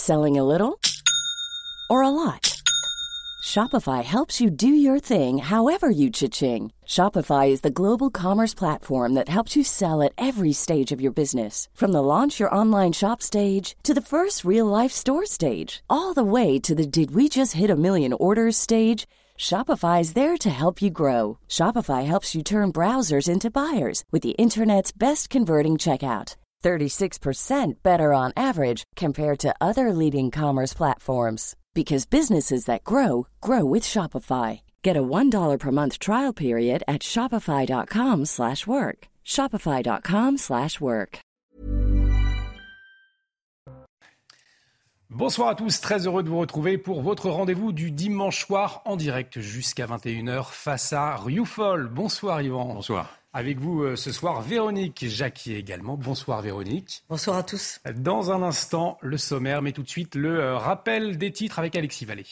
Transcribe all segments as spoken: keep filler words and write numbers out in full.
Selling a little or a lot? Shopify helps you do your thing however you cha-ching. Shopify is the global commerce platform that helps you sell at every stage of your business. From the launch your online shop stage to the first real-life store stage, all the way to the did we just hit a million orders stage. Shopify is there to help you grow. Shopify helps you turn browsers into buyers with the internet's best converting checkout. thirty-six percent better on average compared to other leading commerce platforms. Because businesses that grow, grow with Shopify. Get a one dollar per month trial period at shopify.com slash work. Shopify.com slash work. Bonsoir à tous, très heureux de vous retrouver pour votre rendez-vous du dimanche soir en direct jusqu'à vingt et une heures face à Rioufol. Bonsoir Yvan. Bonsoir. Avec vous euh, ce soir, Véronique Jacquier également. Bonsoir Véronique. Bonsoir à tous. Dans un instant, le sommaire, mais tout de suite le euh, rappel des titres avec Alexis Vallée.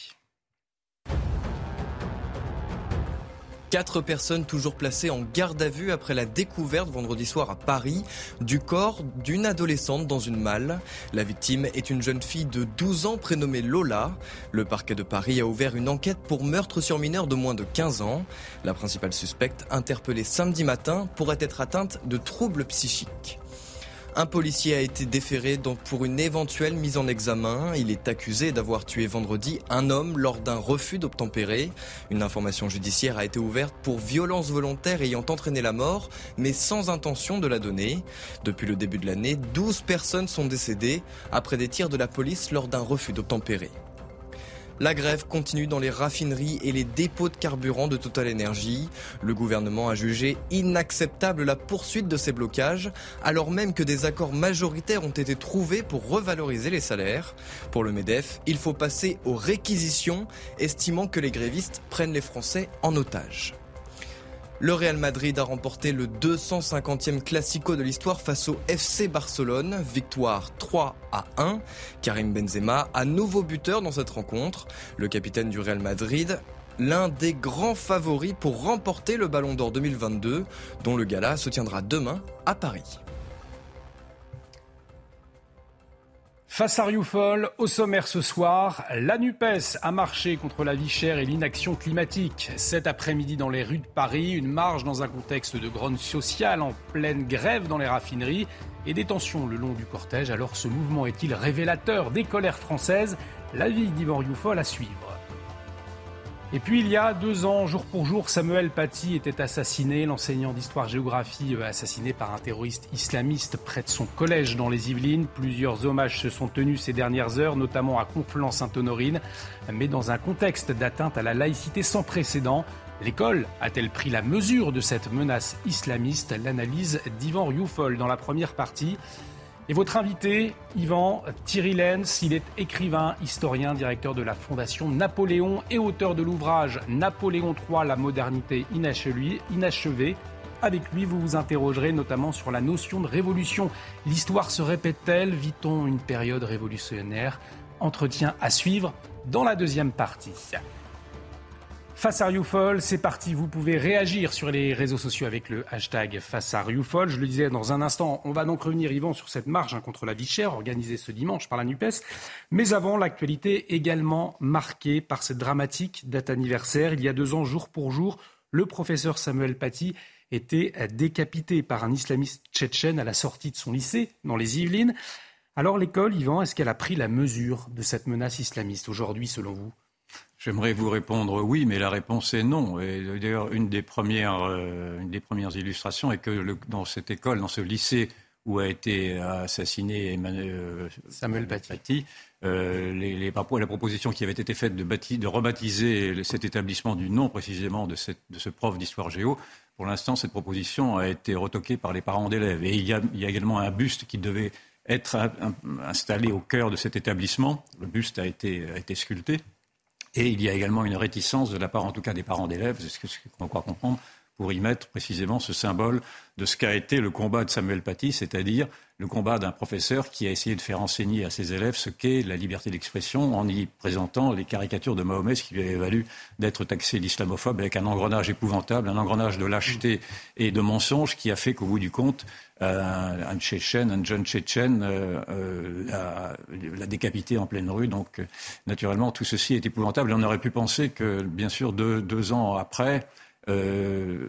Quatre personnes toujours placées en garde à vue après la découverte vendredi soir à Paris du corps d'une adolescente dans une malle. La victime est une jeune fille de douze ans prénommée Lola. Le parquet de Paris a ouvert une enquête pour meurtre sur mineur de moins de quinze ans. La principale suspecte, interpellée samedi matin, pourrait être atteinte de troubles psychiques. Un policier a été déféré donc pour une éventuelle mise en examen. Il est accusé d'avoir tué vendredi un homme lors d'un refus d'obtempérer. Une information judiciaire a été ouverte pour violence volontaire ayant entraîné la mort, mais sans intention de la donner. Depuis le début de l'année, douze personnes sont décédées après des tirs de la police lors d'un refus d'obtempérer. La grève continue dans les raffineries et les dépôts de carburant de Total Energy. Le gouvernement a jugé inacceptable la poursuite de ces blocages, alors même que des accords majoritaires ont été trouvés pour revaloriser les salaires. Pour le MEDEF, il faut passer aux réquisitions, estimant que les grévistes prennent les Français en otage. Le Real Madrid a remporté le deux cent cinquantième Classico de l'histoire face au F C Barcelone, victoire trois à un. Karim Benzema, à nouveau buteur dans cette rencontre. Le capitaine du Real Madrid, l'un des grands favoris pour remporter le Ballon d'Or deux mille vingt-deux, dont le gala se tiendra demain à Paris. Face à Rioufol, au sommaire ce soir, la NUPES a marché contre la vie chère et l'inaction climatique. Cet après-midi dans les rues de Paris, une marche dans un contexte de grogne sociale en pleine grève dans les raffineries et des tensions le long du cortège. Alors ce mouvement est-il révélateur des colères françaises ? L'avis d'Yvan Rioufol à suivre. Et puis il y a deux ans, jour pour jour, Samuel Paty était assassiné. L'enseignant d'histoire-géographie assassiné par un terroriste islamiste près de son collège dans les Yvelines. Plusieurs hommages se sont tenus ces dernières heures, notamment à Conflans-Sainte-Honorine. Mais dans un contexte d'atteinte à la laïcité sans précédent, l'école a-t-elle pris la mesure de cette menace islamiste ? L'analyse d'Yvan Rioufol dans la première partie. Et votre invité, Yvan, Thierry Lenz, il est écrivain, historien, directeur de la Fondation Napoléon et auteur de l'ouvrage Napoléon trois, la modernité inachevée. Avec lui, vous vous interrogerez notamment sur la notion de révolution. L'histoire se répète-t-elle ? Vit-on une période révolutionnaire ? Entretien à suivre dans la deuxième partie. Face à Rioufol, c'est parti. Vous pouvez réagir sur les réseaux sociaux avec le hashtag Face à Rioufol. Je le disais dans un instant, on va donc revenir, Yvan, sur cette marche hein, contre la vie chère organisée ce dimanche par la NUPES. Mais avant, l'actualité également marquée par cette dramatique date anniversaire. Il y a deux ans, jour pour jour, le professeur Samuel Paty était décapité par un islamiste tchétchène à la sortie de son lycée dans les Yvelines. Alors l'école, Yvan, est-ce qu'elle a pris la mesure de cette menace islamiste aujourd'hui, selon vous ? J'aimerais vous répondre oui, mais la réponse est non. Et d'ailleurs, une des premières, euh, une des premières illustrations est que le, dans cette école, dans ce lycée où a été assassiné Emmanuel, euh, Samuel Paty, Paty euh, les, les, la proposition qui avait été faite de, bâti, de rebaptiser cet établissement du nom précisément de, cette, de ce prof d'histoire géo, pour l'instant, cette proposition a été retoquée par les parents d'élèves. Et il y a, il y a également un buste qui devait être installé au cœur de cet établissement. Le buste a été, a été sculpté. Et il y a également une réticence de la part, en tout cas des parents d'élèves, c'est ce qu'on croit comprendre, pour y mettre précisément ce symbole de ce qu'a été le combat de Samuel Paty, c'est-à-dire le combat d'un professeur qui a essayé de faire enseigner à ses élèves ce qu'est la liberté d'expression en y présentant les caricatures de Mahomet, ce qui lui avait valu d'être taxé d'islamophobe avec un engrenage épouvantable, un engrenage de lâcheté et de mensonges qui a fait qu'au bout du compte, euh, un Tchétchène, un jeune Tchétchène euh, euh, l'a, l'a décapité en pleine rue. Donc, euh, naturellement, tout ceci est épouvantable. Et on aurait pu penser que, bien sûr, deux, deux ans après, Euh,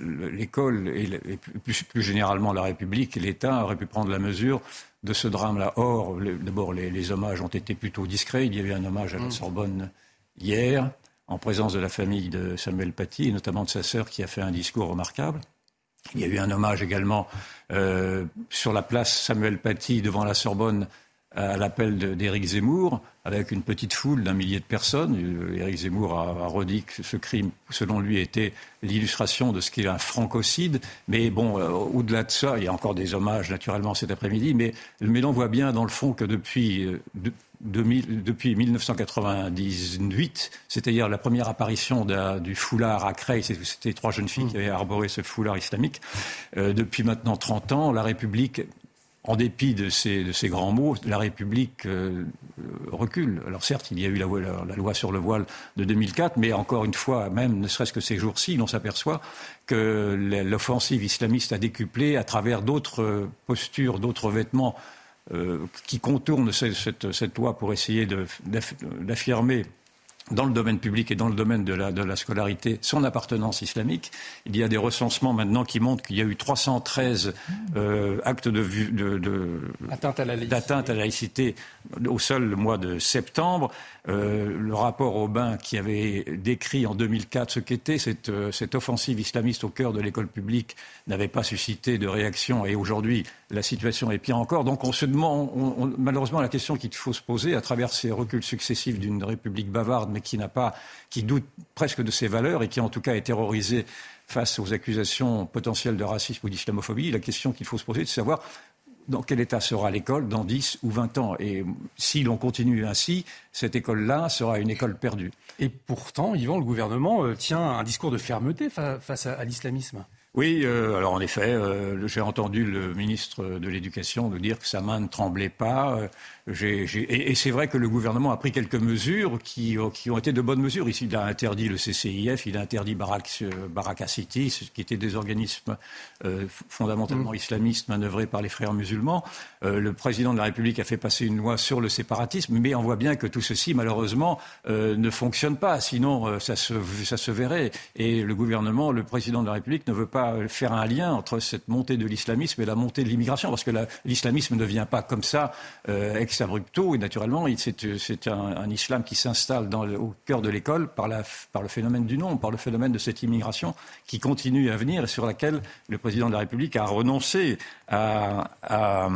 l'école et, et plus, plus généralement la République et l'État auraient pu prendre la mesure de ce drame-là. Or, le, d'abord, les, les hommages ont été plutôt discrets. Il y a eu un hommage à la Sorbonne hier, en présence de la famille de Samuel Paty, et notamment de sa sœur qui a fait un discours remarquable. Il y a eu un hommage également euh, sur la place Samuel Paty devant la Sorbonne à l'appel de, d'Éric Zemmour, avec une petite foule d'un millier de personnes. Éric Zemmour a, a redit que ce crime, selon lui, était l'illustration de ce qu'est un francocide. Mais bon, euh, au-delà de ça, il y a encore des hommages, naturellement, cet après-midi. Mais, mais l'on voit bien, dans le fond, que depuis, euh, de, deux mille, depuis dix-neuf cent quatre-vingt-dix-huit, c'est-à-dire la première apparition du foulard à Creil, c'était trois jeunes filles mmh. qui avaient arboré ce foulard islamique, euh, depuis maintenant trente ans, la République... En dépit de ces, de ces grands mots, la République euh, recule. Alors certes, il y a eu la, la, la loi sur le voile de deux mille quatre, mais encore une fois, même ne serait-ce que ces jours-ci, l'on s'aperçoit que l'offensive islamiste a décuplé à travers d'autres postures, d'autres vêtements euh, qui contournent cette, cette, cette loi pour essayer de, d'affirmer dans le domaine public et dans le domaine de la, de la scolarité, son appartenance islamique. Il y a des recensements maintenant qui montrent qu'il y a eu trois cent treize euh, actes de, de, de, Atteinte à la laïcité. d'atteinte à la laïcité au seul mois de septembre. Euh, le rapport Aubin qui avait décrit en deux mille quatre ce qu'était cette, cette offensive islamiste au cœur de l'école publique n'avait pas suscité de réaction, et aujourd'hui la situation est pire encore. Donc on se demande, on, on, malheureusement, la question qu'il faut se poser à travers ces reculs successifs d'une République bavarde, mais qui n'a pas, qui doute presque de ses valeurs et qui en tout cas est terrorisée face aux accusations potentielles de racisme ou d'islamophobie, la question qu'il faut se poser, c'est de savoir dans quel état sera l'école dans dix ou vingt ans. Et si l'on continue ainsi, cette école-là sera une école perdue. Et pourtant, Yvan, le gouvernement euh, tient un discours de fermeté fa- face à, à l'islamisme. Oui, euh, alors en effet, euh, j'ai entendu le ministre de l'Éducation nous dire que sa main ne tremblait pas. Euh, j'ai, j'ai... Et, et c'est vrai que le gouvernement a pris quelques mesures qui, qui ont été de bonnes mesures. Ici, il a interdit le C C I F, il a interdit Barak, Baraka City, qui étaient des organismes euh, fondamentalement mmh. islamistes manœuvrés par les frères musulmans. Euh, le président de la République a fait passer une loi sur le séparatisme, mais on voit bien que tout ceci, malheureusement, euh, ne fonctionne pas. Sinon, euh, ça, se, ça se verrait. Et le gouvernement, le président de la République ne veut pas faire un lien entre cette montée de l'islamisme et la montée de l'immigration, parce que la, l'islamisme ne vient pas comme ça, euh, ex abrupto, et naturellement, il, c'est, c'est un, un islam qui s'installe dans le, au cœur de l'école par, la, par le phénomène du nombre, par le phénomène de cette immigration qui continue à venir et sur laquelle le président de la République a renoncé à... à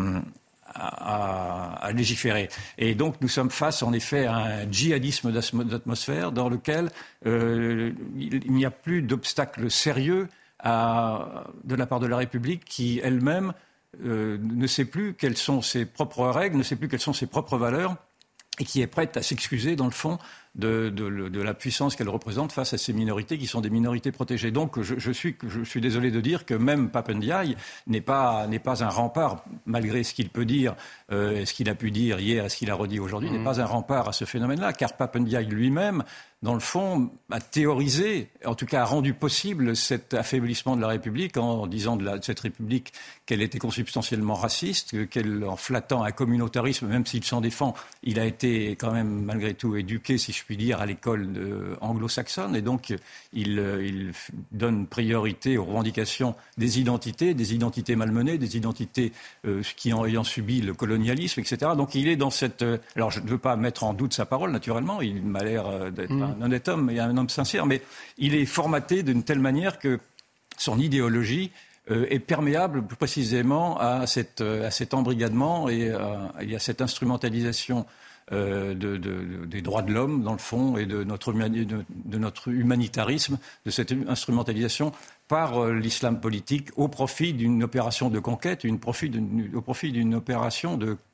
À, à légiférer. Et donc nous sommes face en effet à un djihadisme d'atmosphère dans lequel euh, il, il n'y a plus d'obstacles sérieux à, de la part de la République qui elle-même euh, ne sait plus quelles sont ses propres règles, ne sait plus quelles sont ses propres valeurs et qui est prête à s'excuser dans le fond de, de, de la puissance qu'elle représente face à ces minorités qui sont des minorités protégées. Donc je, je, suis, je suis désolé de dire que même Pap Ndiaye n'est pas, n'est pas un rempart, malgré ce qu'il peut dire, euh, ce qu'il a pu dire hier et ce qu'il a redit aujourd'hui, mmh. n'est pas un rempart à ce phénomène-là, car Pap Ndiaye lui-même, dans le fond, a théorisé, en tout cas a rendu possible cet affaiblissement de la République en disant de, la, de cette République qu'elle était consubstantiellement raciste, qu'elle, en flattant un communautarisme, même s'il s'en défend, il a été quand même malgré tout éduqué, si je puis dire, à l'école de, anglo-saxonne, et donc il, il donne priorité aux revendications des identités, des identités malmenées, des identités euh, qui ont ayant subi le colonialisme, et cetera. Donc il est dans cette... Euh, alors je ne veux pas mettre en doute sa parole, naturellement, il m'a l'air euh, d'être mmh. un honnête homme et un homme sincère, mais il est formaté d'une telle manière que son idéologie euh, est perméable plus précisément à, cette, à cet embrigadement et à, et à cette instrumentalisation Euh, de, de, de, des droits de l'homme, dans le fond, et de notre, de, de notre humanitarisme, de cette instrumentalisation par euh, l'islam politique au profit d'une opération de conquête, une profit d'une, au profit d'une opération de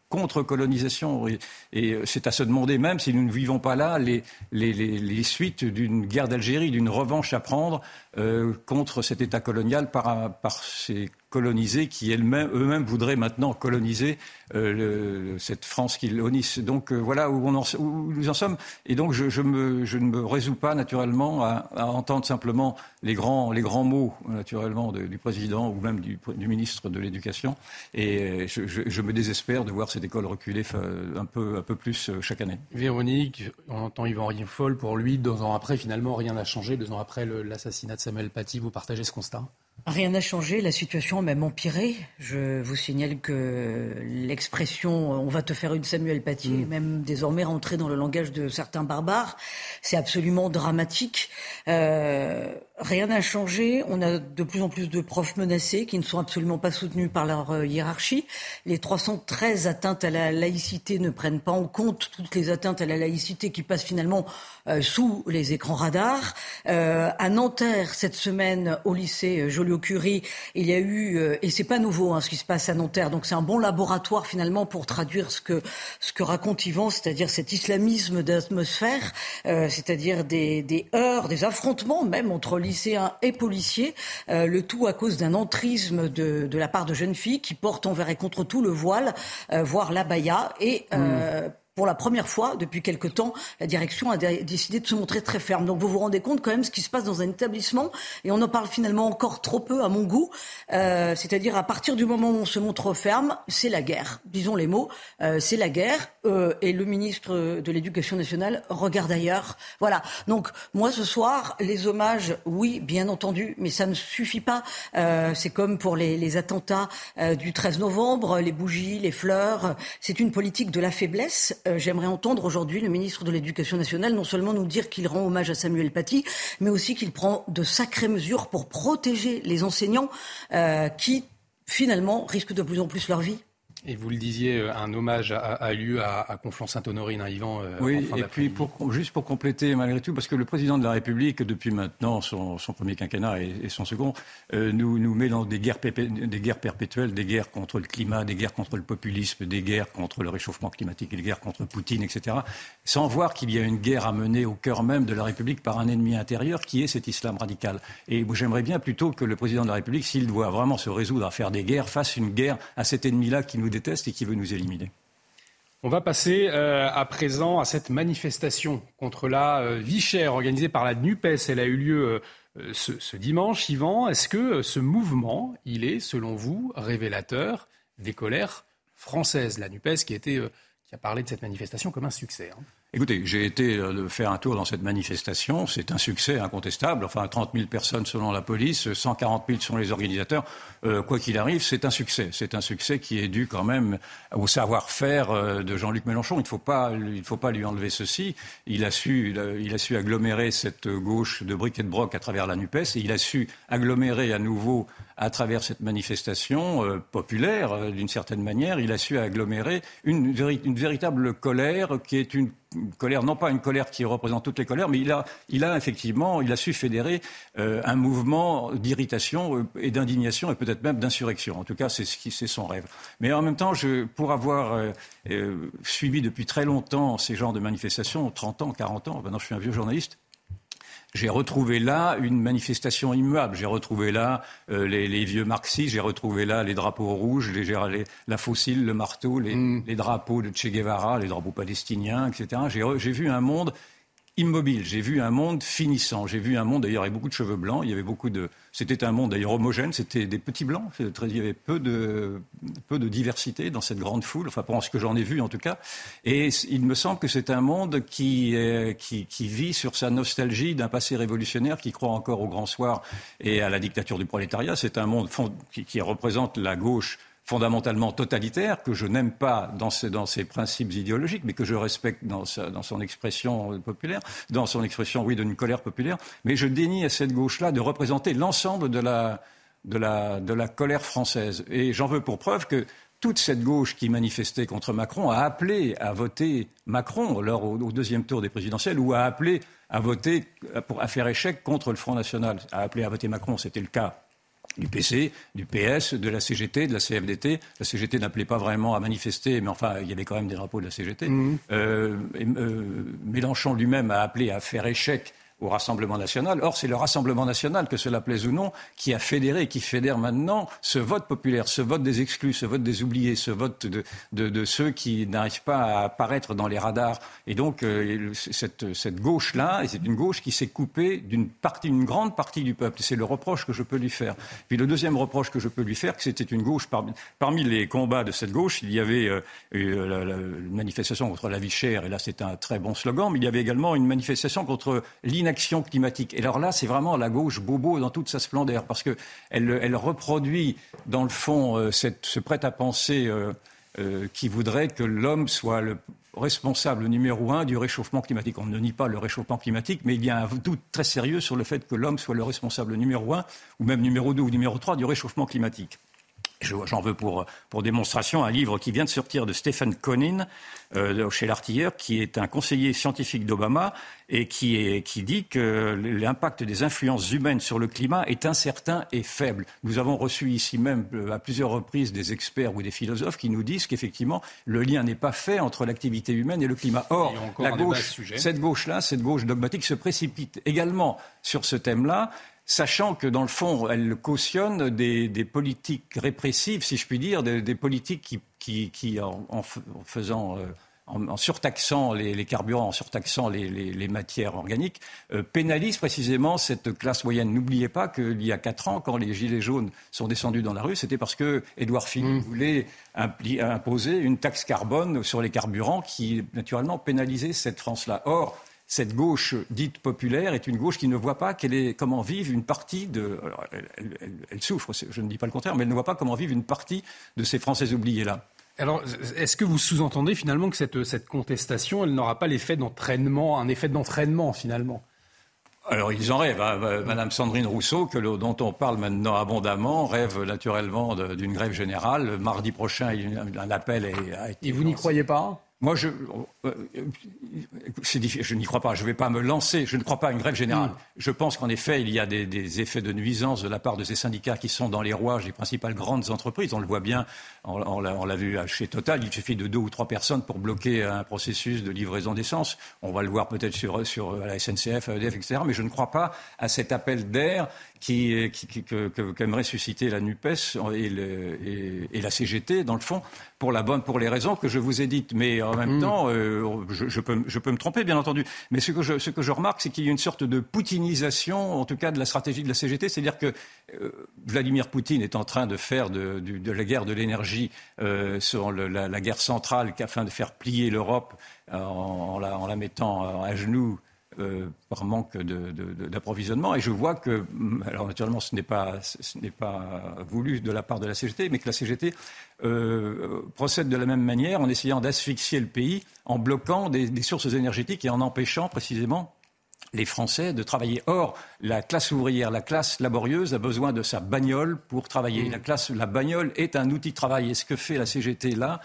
contre-colonisation. Et, et c'est à se demander même si nous ne vivons pas là les, les, les, les suites d'une guerre d'Algérie, d'une revanche à prendre euh, contre cet État colonial par, par ces colonisés qui eux-mêmes, eux-mêmes voudraient maintenant coloniser euh, le, cette France qu'ils honnissent. Donc euh, voilà où, on en, où nous en sommes. Et donc je, je, me, je ne me résous pas naturellement à, à entendre simplement les grands, les grands mots naturellement de, du président ou même du, du ministre de l'Éducation. Et je, je, je me désespère de voir cette école reculer un peu, un peu plus chaque année. Véronique, on entend Yvan Rioufol, pour lui, deux ans après, finalement, rien n'a changé. Deux ans après le, l'assassinat de Samuel Paty, vous partagez ce constat ? Rien n'a changé, la situation a même empiré. Je vous signale que l'expression « on va te faire une Samuel Paty » mmh. est même désormais rentrée dans le langage de certains barbares. C'est absolument dramatique. Euh, rien n'a changé. On a de plus en plus de profs menacés qui ne sont absolument pas soutenus par leur euh, hiérarchie. Les trois cent treize atteintes à la laïcité ne prennent pas en compte toutes les atteintes à la laïcité qui passent finalement euh, sous les écrans radars. Euh, à Nanterre, cette semaine, au lycée Joliot-Curie, il y a eu, euh, et c'est pas nouveau hein, ce qui se passe à Nanterre, donc c'est un bon laboratoire finalement pour traduire ce que, ce que raconte Yvan, c'est-à-dire cet islamisme d'atmosphère, euh, c'est-à-dire des, des heurts, des affrontements même entre lycéens et policiers, euh, le tout à cause d'un entrisme de, de la part de jeunes filles qui portent envers et contre tout le voile, euh, voire l'abaya, et euh, mmh. Pour la première fois, depuis quelque temps, la direction a d- décidé de se montrer très ferme. Donc vous vous rendez compte quand même ce qui se passe dans un établissement, et on en parle finalement encore trop peu à mon goût, euh, c'est-à-dire à partir du moment où on se montre ferme, c'est la guerre. Disons les mots, euh, c'est la guerre, euh, et le ministre de l'Éducation nationale regarde ailleurs. Voilà. Donc moi ce soir, les hommages, oui, bien entendu, mais ça ne suffit pas. Euh, c'est comme pour les, les attentats euh, du treize novembre, les bougies, les fleurs. C'est une politique de la faiblesse. J'aimerais entendre aujourd'hui le ministre de l'Éducation nationale non seulement nous dire qu'il rend hommage à Samuel Paty, mais aussi qu'il prend de sacrées mesures pour protéger les enseignants euh, qui, finalement, risquent de plus en plus leur vie. Et vous le disiez, un hommage a, a lieu à, à Conflans-Sainte-Honorine, hein, Yvan. Euh, oui, en fin et puis pour, juste pour compléter malgré tout, parce que le président de la République, depuis maintenant son, son premier quinquennat et, et son second, euh, nous, nous met dans des guerres, pépé, des guerres perpétuelles, des guerres contre le climat, des guerres contre le populisme, des guerres contre le réchauffement climatique, des guerres contre Poutine, et cetera, sans voir qu'il y a une guerre à mener au cœur même de la République par un ennemi intérieur qui est cet islam radical. Et moi, j'aimerais bien plutôt que le président de la République, s'il doit vraiment se résoudre à faire des guerres, fasse une guerre à cet ennemi-là qui nous déteste et qui veut nous éliminer. On va passer euh, à présent à cette manifestation contre la euh, vie chère organisée par la NUPES. Elle a eu lieu euh, ce, ce dimanche. Yvan, est-ce que euh, ce mouvement, il est, selon vous, révélateur des colères françaises ? La NUPES qui, était, euh, qui a parlé de cette manifestation comme un succès. Hein. Écoutez, j'ai été euh, faire un tour dans cette manifestation. C'est un succès incontestable. Enfin, trente mille personnes selon la police, cent quarante mille sont les organisateurs. Euh, quoi qu'il arrive, c'est un succès. C'est un succès qui est dû quand même au savoir-faire euh, de Jean-Luc Mélenchon. Il ne faut pas, il faut pas lui enlever ceci. Il a su, il a, il a su agglomérer cette gauche de bric et de broc à travers la NUPES, et il a su agglomérer à nouveau à travers cette manifestation euh, populaire, euh, d'une certaine manière. Il a su agglomérer une, une véritable colère qui est une Une colère, non pas une colère qui représente toutes les colères, mais il a, il a effectivement, il a su fédérer euh, un mouvement d'irritation euh, et d'indignation et peut-être même d'insurrection. En tout cas, c'est ce qui, c'est son rêve. Mais en même temps, je, pour avoir euh, euh, suivi depuis très longtemps ces genres de manifestations, trente ans, quarante ans, maintenant je suis un vieux journaliste, j'ai retrouvé là une manifestation immuable. J'ai retrouvé là euh, les, les vieux marxistes, j'ai retrouvé là les drapeaux rouges, les, les, la faucille, le marteau, les, mm. les drapeaux de Che Guevara, les drapeaux palestiniens, et cetera. J'ai, j'ai vu un monde immobile, j'ai vu un monde finissant, j'ai vu un monde d'ailleurs avec beaucoup de cheveux blancs, il y avait beaucoup de... C'était un monde d'ailleurs homogène, c'était des petits blancs, il y avait peu de, peu de diversité dans cette grande foule, enfin pour ce que j'en ai vu en tout cas, et il me semble que c'est un monde qui, euh, qui, qui vit sur sa nostalgie d'un passé révolutionnaire, qui croit encore au grand soir et à la dictature du prolétariat. C'est un monde fond, qui, qui représente la gauche fondamentalement totalitaire, que je n'aime pas dans ses, dans ses principes idéologiques, mais que je respecte dans, sa, dans son expression populaire, dans son expression, oui, d'une colère populaire. Mais je dénie à cette gauche-là de représenter l'ensemble de la, de la, de la colère française. Et j'en veux pour preuve que toute cette gauche qui manifestait contre Macron a appelé à voter Macron lors au, au deuxième tour des présidentielles, ou a appelé à voter, pour, à faire échec contre le Front National. A appelé à voter Macron, c'était le cas du P C, du P S, de la C G T, de la C F D T. La C G T n'appelait pas vraiment à manifester, mais enfin, il y avait quand même des drapeaux de la C G T. Mmh. Euh, et, euh, Mélenchon lui-même a appelé à faire échec au Rassemblement national. Or, c'est le Rassemblement national, que cela plaise ou non, qui a fédéré, qui fédère maintenant ce vote populaire, ce vote des exclus, ce vote des oubliés, ce vote de, de, de ceux qui n'arrivent pas à apparaître dans les radars. Et donc, euh, cette, cette gauche-là, et c'est une gauche qui s'est coupée d'une partie, une grande partie du peuple. C'est le reproche que je peux lui faire. Puis le deuxième reproche que je peux lui faire, que c'était une gauche, parmi, parmi les combats de cette gauche, il y avait euh, la, la, une manifestation contre la vie chère, et là c'est un très bon slogan, mais il y avait également une manifestation contre l'inaction action climatique. Et alors là, c'est vraiment la gauche bobo dans toute sa splendeur, parce qu'elle elle reproduit, dans le fond, euh, cette, ce prêt-à-penser euh, euh, qui voudrait que l'homme soit le responsable numéro un du réchauffement climatique. On ne nie pas le réchauffement climatique, mais il y a un doute très sérieux sur le fait que l'homme soit le responsable numéro un, ou même numéro deux ou numéro trois du réchauffement climatique. J'en veux pour, pour démonstration un livre qui vient de sortir de Stephen Conin, euh, chez l'Artilleur, qui est un conseiller scientifique d'Obama et qui, est, qui dit que l'impact des influences humaines sur le climat est incertain et faible. Nous avons reçu ici même à plusieurs reprises des experts ou des philosophes qui nous disent qu'effectivement le lien n'est pas fait entre l'activité humaine et le climat. Or, la gauche, cette gauche-là, cette gauche dogmatique se précipite également sur ce thème-là, sachant que, dans le fond, elle cautionne des, des politiques répressives, si je puis dire, des, des politiques qui, qui, qui en, en faisant, euh, en, en surtaxant les, les carburants, en surtaxant les, les, les matières organiques, euh, pénalisent précisément cette classe moyenne. N'oubliez pas qu'il y a quatre ans, quand les Gilets jaunes sont descendus dans la rue, c'était parce que Édouard Philippe mmh. voulait impli- imposer une taxe carbone sur les carburants qui, naturellement, pénalisait cette France-là. Or, cette gauche dite populaire est une gauche qui ne voit pas quelle est, comment vivre une partie de... Alors, elle, elle, elle, elle souffre, je ne dis pas le contraire, mais elle ne voit pas comment vivre une partie de ces Français oubliés-là. Alors, est-ce que vous sous-entendez finalement que cette, cette contestation, elle n'aura pas l'effet d'entraînement, un effet d'entraînement finalement ? Alors, ils en rêvent. Hein. Madame Sandrine Rousseau, que le, dont on parle maintenant abondamment, rêve naturellement de, d'une grève générale. Mardi prochain, un appel a été... Et vous n'y croyez pas ? Moi, je, euh, c'est difficile, je n'y crois pas. Je ne vais pas me lancer. Je ne crois pas à une grève générale. Mmh. Je pense qu'en effet, il y a des, des effets de nuisance de la part de ces syndicats qui sont dans les rouages des principales grandes entreprises. On le voit bien, on, on, l'a, on l'a vu chez Total. Il suffit de deux ou trois personnes pour bloquer un processus de livraison d'essence. On va le voir peut-être sur, sur la S N C F, A E D F, et cetera. Mais je ne crois pas à cet appel d'air qui, qui, qui, que, que, qu'aimerait susciter la NUPES et, le, et, et la C G T, dans le fond, pour, la bonne, pour les raisons que je vous ai dites. Mais en même mmh. temps, euh, je, je, peux, je peux me tromper, bien entendu. Mais ce que je, ce que je remarque, c'est qu'il y a une sorte de poutinisation, en tout cas, de la stratégie de la C G T. C'est-à-dire que euh, Vladimir Poutine est en train de faire de, de, de la guerre de l'énergie euh, sur le, la, la guerre centrale, afin de faire plier l'Europe euh, en, en, la, en la mettant à genoux. Euh, par manque de, de, d'approvisionnement. Et je vois que, alors naturellement, ce n'est pas, ce n'est pas voulu de la part de la C G T, mais que la C G T euh, procède de la même manière en essayant d'asphyxier le pays, en bloquant des, des sources énergétiques et en empêchant précisément les Français de travailler. Or, la classe ouvrière, la classe laborieuse a besoin de sa bagnole pour travailler. Mmh. La classe, la bagnole est un outil de travail. Et ce que fait la C G T là,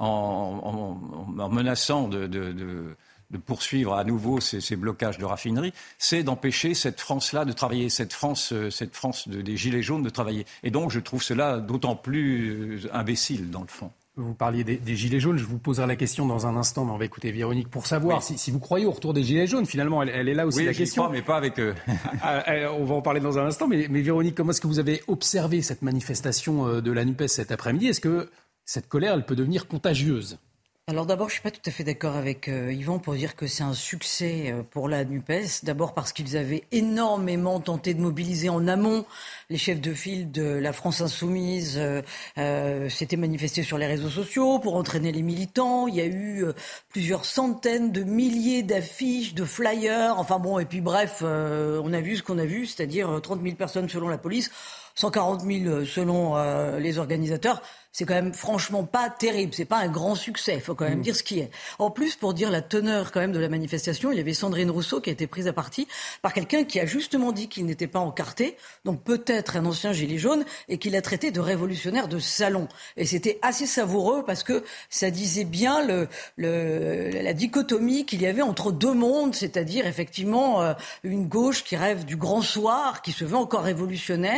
en, en, en menaçant de... de, de de poursuivre à nouveau ces, ces blocages de raffineries, c'est d'empêcher cette France-là de travailler, cette France, cette France de, des Gilets jaunes de travailler. Et donc, je trouve cela d'autant plus imbécile, dans le fond. Vous parliez des, des Gilets jaunes, je vous poserai la question dans un instant, mais on va écouter Véronique pour savoir oui. si, si vous croyez au retour des Gilets jaunes. Finalement, elle, elle est là aussi, oui, la question. Oui, je crois, mais pas avec eux. On va en parler dans un instant, mais, mais Véronique, comment est-ce que vous avez observé cette manifestation de la NUPES cet après-midi ? Est-ce que cette colère, elle peut devenir contagieuse ? Alors d'abord, je suis pas tout à fait d'accord avec euh, Yvan pour dire que c'est un succès euh, pour la NUPES. D'abord parce qu'ils avaient énormément tenté de mobiliser en amont les chefs de file de la France Insoumise. Euh, euh, s'étaient manifestés sur les réseaux sociaux pour entraîner les militants. Il y a eu euh, plusieurs centaines de milliers d'affiches, de flyers. Enfin bon, et puis bref, euh, on a vu ce qu'on a vu, c'est-à-dire trente mille personnes selon la police, cent quarante mille selon euh, les organisateurs. C'est quand même franchement pas terrible, c'est pas un grand succès, il faut quand même mmh. dire ce qui est. En plus, pour dire la teneur quand même de la manifestation, il y avait Sandrine Rousseau qui a été prise à partie par quelqu'un qui a justement dit qu'il n'était pas encarté, donc peut-être un ancien gilet jaune, et qui l'a traité de révolutionnaire de salon. Et c'était assez savoureux parce que ça disait bien le, le, la dichotomie qu'il y avait entre deux mondes, c'est-à-dire effectivement euh, une gauche qui rêve du grand soir, qui se veut encore révolutionnaire,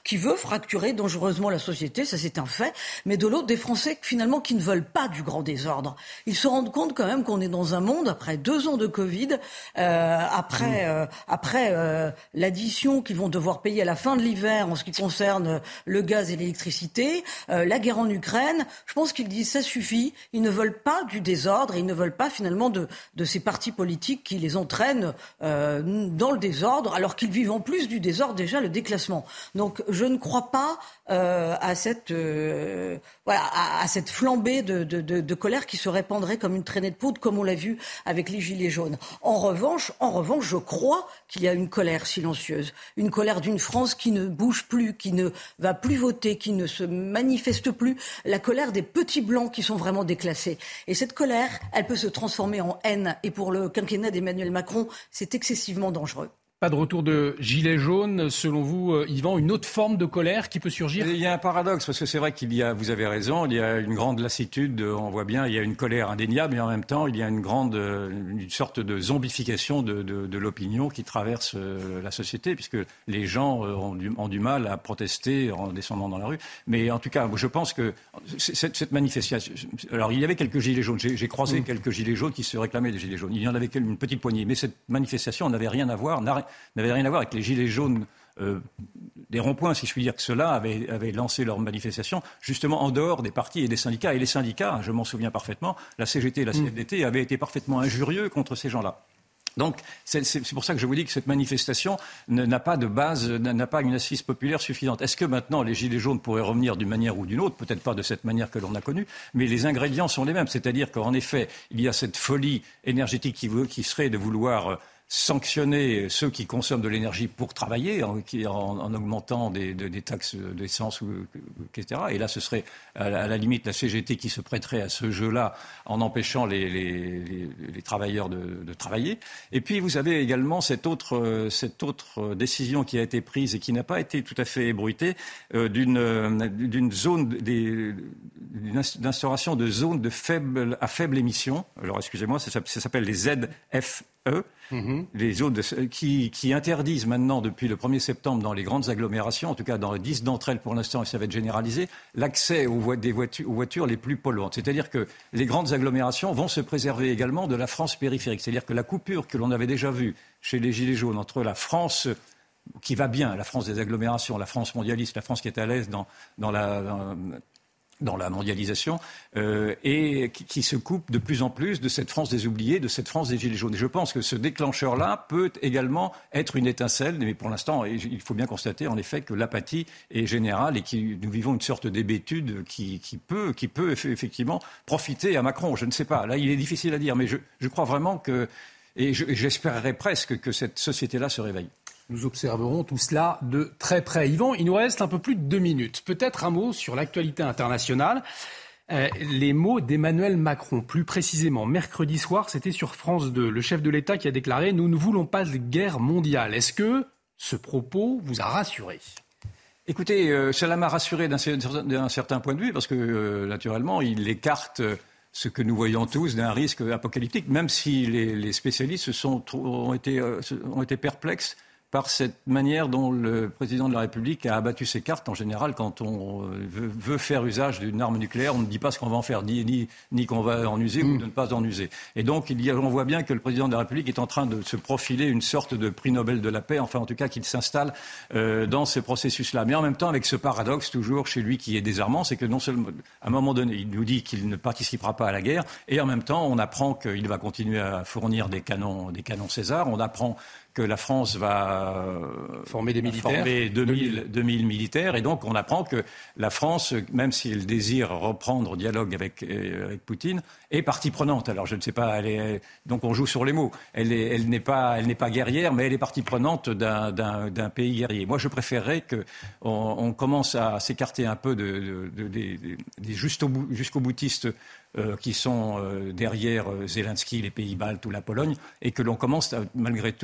qui veut fracturer dangereusement la société, ça c'est un fait, mais de l'autre, des Français finalement qui ne veulent pas du grand désordre. Ils se rendent compte quand même qu'on est dans un monde, après deux ans de Covid, euh, après, euh, après euh, l'addition qu'ils vont devoir payer à la fin de l'hiver en ce qui concerne le gaz et l'électricité, euh, la guerre en Ukraine, je pense qu'ils disent ça suffit, ils ne veulent pas du désordre et ils ne veulent pas finalement de, de ces partis politiques qui les entraînent euh, dans le désordre, alors qu'ils vivent en plus du désordre déjà le déclassement. Donc je ne crois pas euh, à cette euh, voilà à, à cette flambée de, de, de, de colère qui se répandrait comme une traînée de poudre, comme on l'a vu avec les Gilets jaunes. En revanche, en revanche, je crois qu'il y a une colère silencieuse, une colère d'une France qui ne bouge plus, qui ne va plus voter, qui ne se manifeste plus, la colère des petits blancs qui sont vraiment déclassés. Et cette colère, elle peut se transformer en haine. Et pour le quinquennat d'Emmanuel Macron, c'est excessivement dangereux. Pas de retour de gilets jaunes. Selon vous, euh, Yvan, une autre forme de colère qui peut surgir ? Il y a un paradoxe, parce que c'est vrai qu'il y a, vous avez raison, il y a une grande lassitude, on voit bien, il y a une colère indéniable, mais en même temps, il y a une grande, une sorte de zombification de, de, de l'opinion qui traverse euh, la société, puisque les gens euh, ont, du, ont du mal à protester en descendant dans la rue. Mais en tout cas, je pense que cette, cette manifestation... Alors, il y avait quelques gilets jaunes, j'ai, j'ai croisé mmh. quelques gilets jaunes qui se réclamaient des gilets jaunes. Il y en avait une petite poignée, mais cette manifestation n'avait rien à voir, n'avait rien à voir avec les gilets jaunes euh, des ronds-points, si je puis dire, que ceux-là avaient, avaient lancé leur manifestation justement en dehors des partis et des syndicats. Et les syndicats, je m'en souviens parfaitement, la C G T et la C F D T avaient été parfaitement injurieux contre ces gens-là. Donc, c'est, c'est, c'est pour ça que je vous dis que cette manifestation n'a pas de base, n'a pas une assise populaire suffisante. Est-ce que maintenant les gilets jaunes pourraient revenir d'une manière ou d'une autre ? Peut-être pas de cette manière que l'on a connue, mais les ingrédients sont les mêmes. C'est-à-dire qu'en effet, il y a cette folie énergétique qui, veut, qui serait de vouloir sanctionner ceux qui consomment de l'énergie pour travailler, en, qui, en, en augmentant des, de, des taxes d'essence, ou, et cetera. Et là, ce serait à la, à la limite la C G T qui se prêterait à ce jeu-là en empêchant les, les, les, les travailleurs de, de travailler. Et puis, vous avez également cette autre, cette autre décision qui a été prise et qui n'a pas été tout à fait ébruitée, euh, d'une, d'une zone, des, d'une instauration de zones de faible, à faible émission. Alors, excusez-moi, ça, ça s'appelle les Z F E. Mmh. Les zones de, qui, qui interdisent maintenant, depuis le premier septembre, dans les grandes agglomérations, en tout cas dans dix d'entre elles pour l'instant, et ça va être généralisé, l'accès aux, vo- des voitures, aux voitures les plus polluantes. C'est-à-dire que les grandes agglomérations vont se préserver également de la France périphérique. C'est-à-dire que la coupure que l'on avait déjà vue chez les Gilets jaunes entre la France qui va bien, la France des agglomérations, la France mondialiste, la France qui est à l'aise dans, dans la... Dans, dans la mondialisation, euh, et qui, qui se coupe de plus en plus de cette France des oubliés, de cette France des Gilets jaunes. Et je pense que ce déclencheur-là peut également être une étincelle, mais pour l'instant, il faut bien constater en effet que l'apathie est générale et que nous vivons une sorte d'hébétude qui, qui, peut, qui peut effectivement profiter à Macron. Je ne sais pas, là il est difficile à dire, mais je, je crois vraiment que, et je, j'espérerais presque que cette société-là se réveille. Nous observerons tout cela de très près. Yvan, il nous reste un peu plus de deux minutes. Peut-être un mot sur l'actualité internationale. Euh, les mots d'Emmanuel Macron, plus précisément, mercredi soir, c'était sur France deux. Le chef de l'État qui a déclaré « Nous ne voulons pas de guerre mondiale ». Est-ce que ce propos vous a rassuré ? Écoutez, euh, cela m'a rassuré d'un, d'un certain point de vue, parce que, euh, naturellement, il écarte ce que nous voyons tous d'un risque apocalyptique, même si les, les spécialistes sont, ont, été, euh, ont été perplexes par cette manière dont le président de la République a abattu ses cartes. En général, quand on veut, veut faire usage d'une arme nucléaire, on ne dit pas ce qu'on va en faire, ni, ni, ni qu'on va en user mmh. ou de ne pas en user. Et donc, il y a, on voit bien que le président de la République est en train de se profiler une sorte de prix Nobel de la paix, enfin en tout cas qu'il s'installe euh, dans ce processus-là. Mais en même temps, avec ce paradoxe toujours chez lui qui est désarmant, c'est que non seulement, à un moment donné, il nous dit qu'il ne participera pas à la guerre, et en même temps, on apprend qu'il va continuer à fournir des canons, des canons César, on apprend que la France va former des militaires, former deux mille, deux mille militaires, et donc on apprend que la France, même si elle désire reprendre dialogue avec, avec Poutine, est partie prenante. Alors je ne sais pas, elle est, donc on joue sur les mots. Elle, est, elle, n'est pas, elle n'est pas guerrière, mais elle est partie prenante d'un, d'un, d'un pays guerrier. Moi, je préférerais qu'on on commence à s'écarter un peu de, de, de, des, des jusqu'au boutistes Euh, qui sont euh, derrière euh, Zelensky, les pays baltes ou la Pologne, et que l'on commence à, malgré tout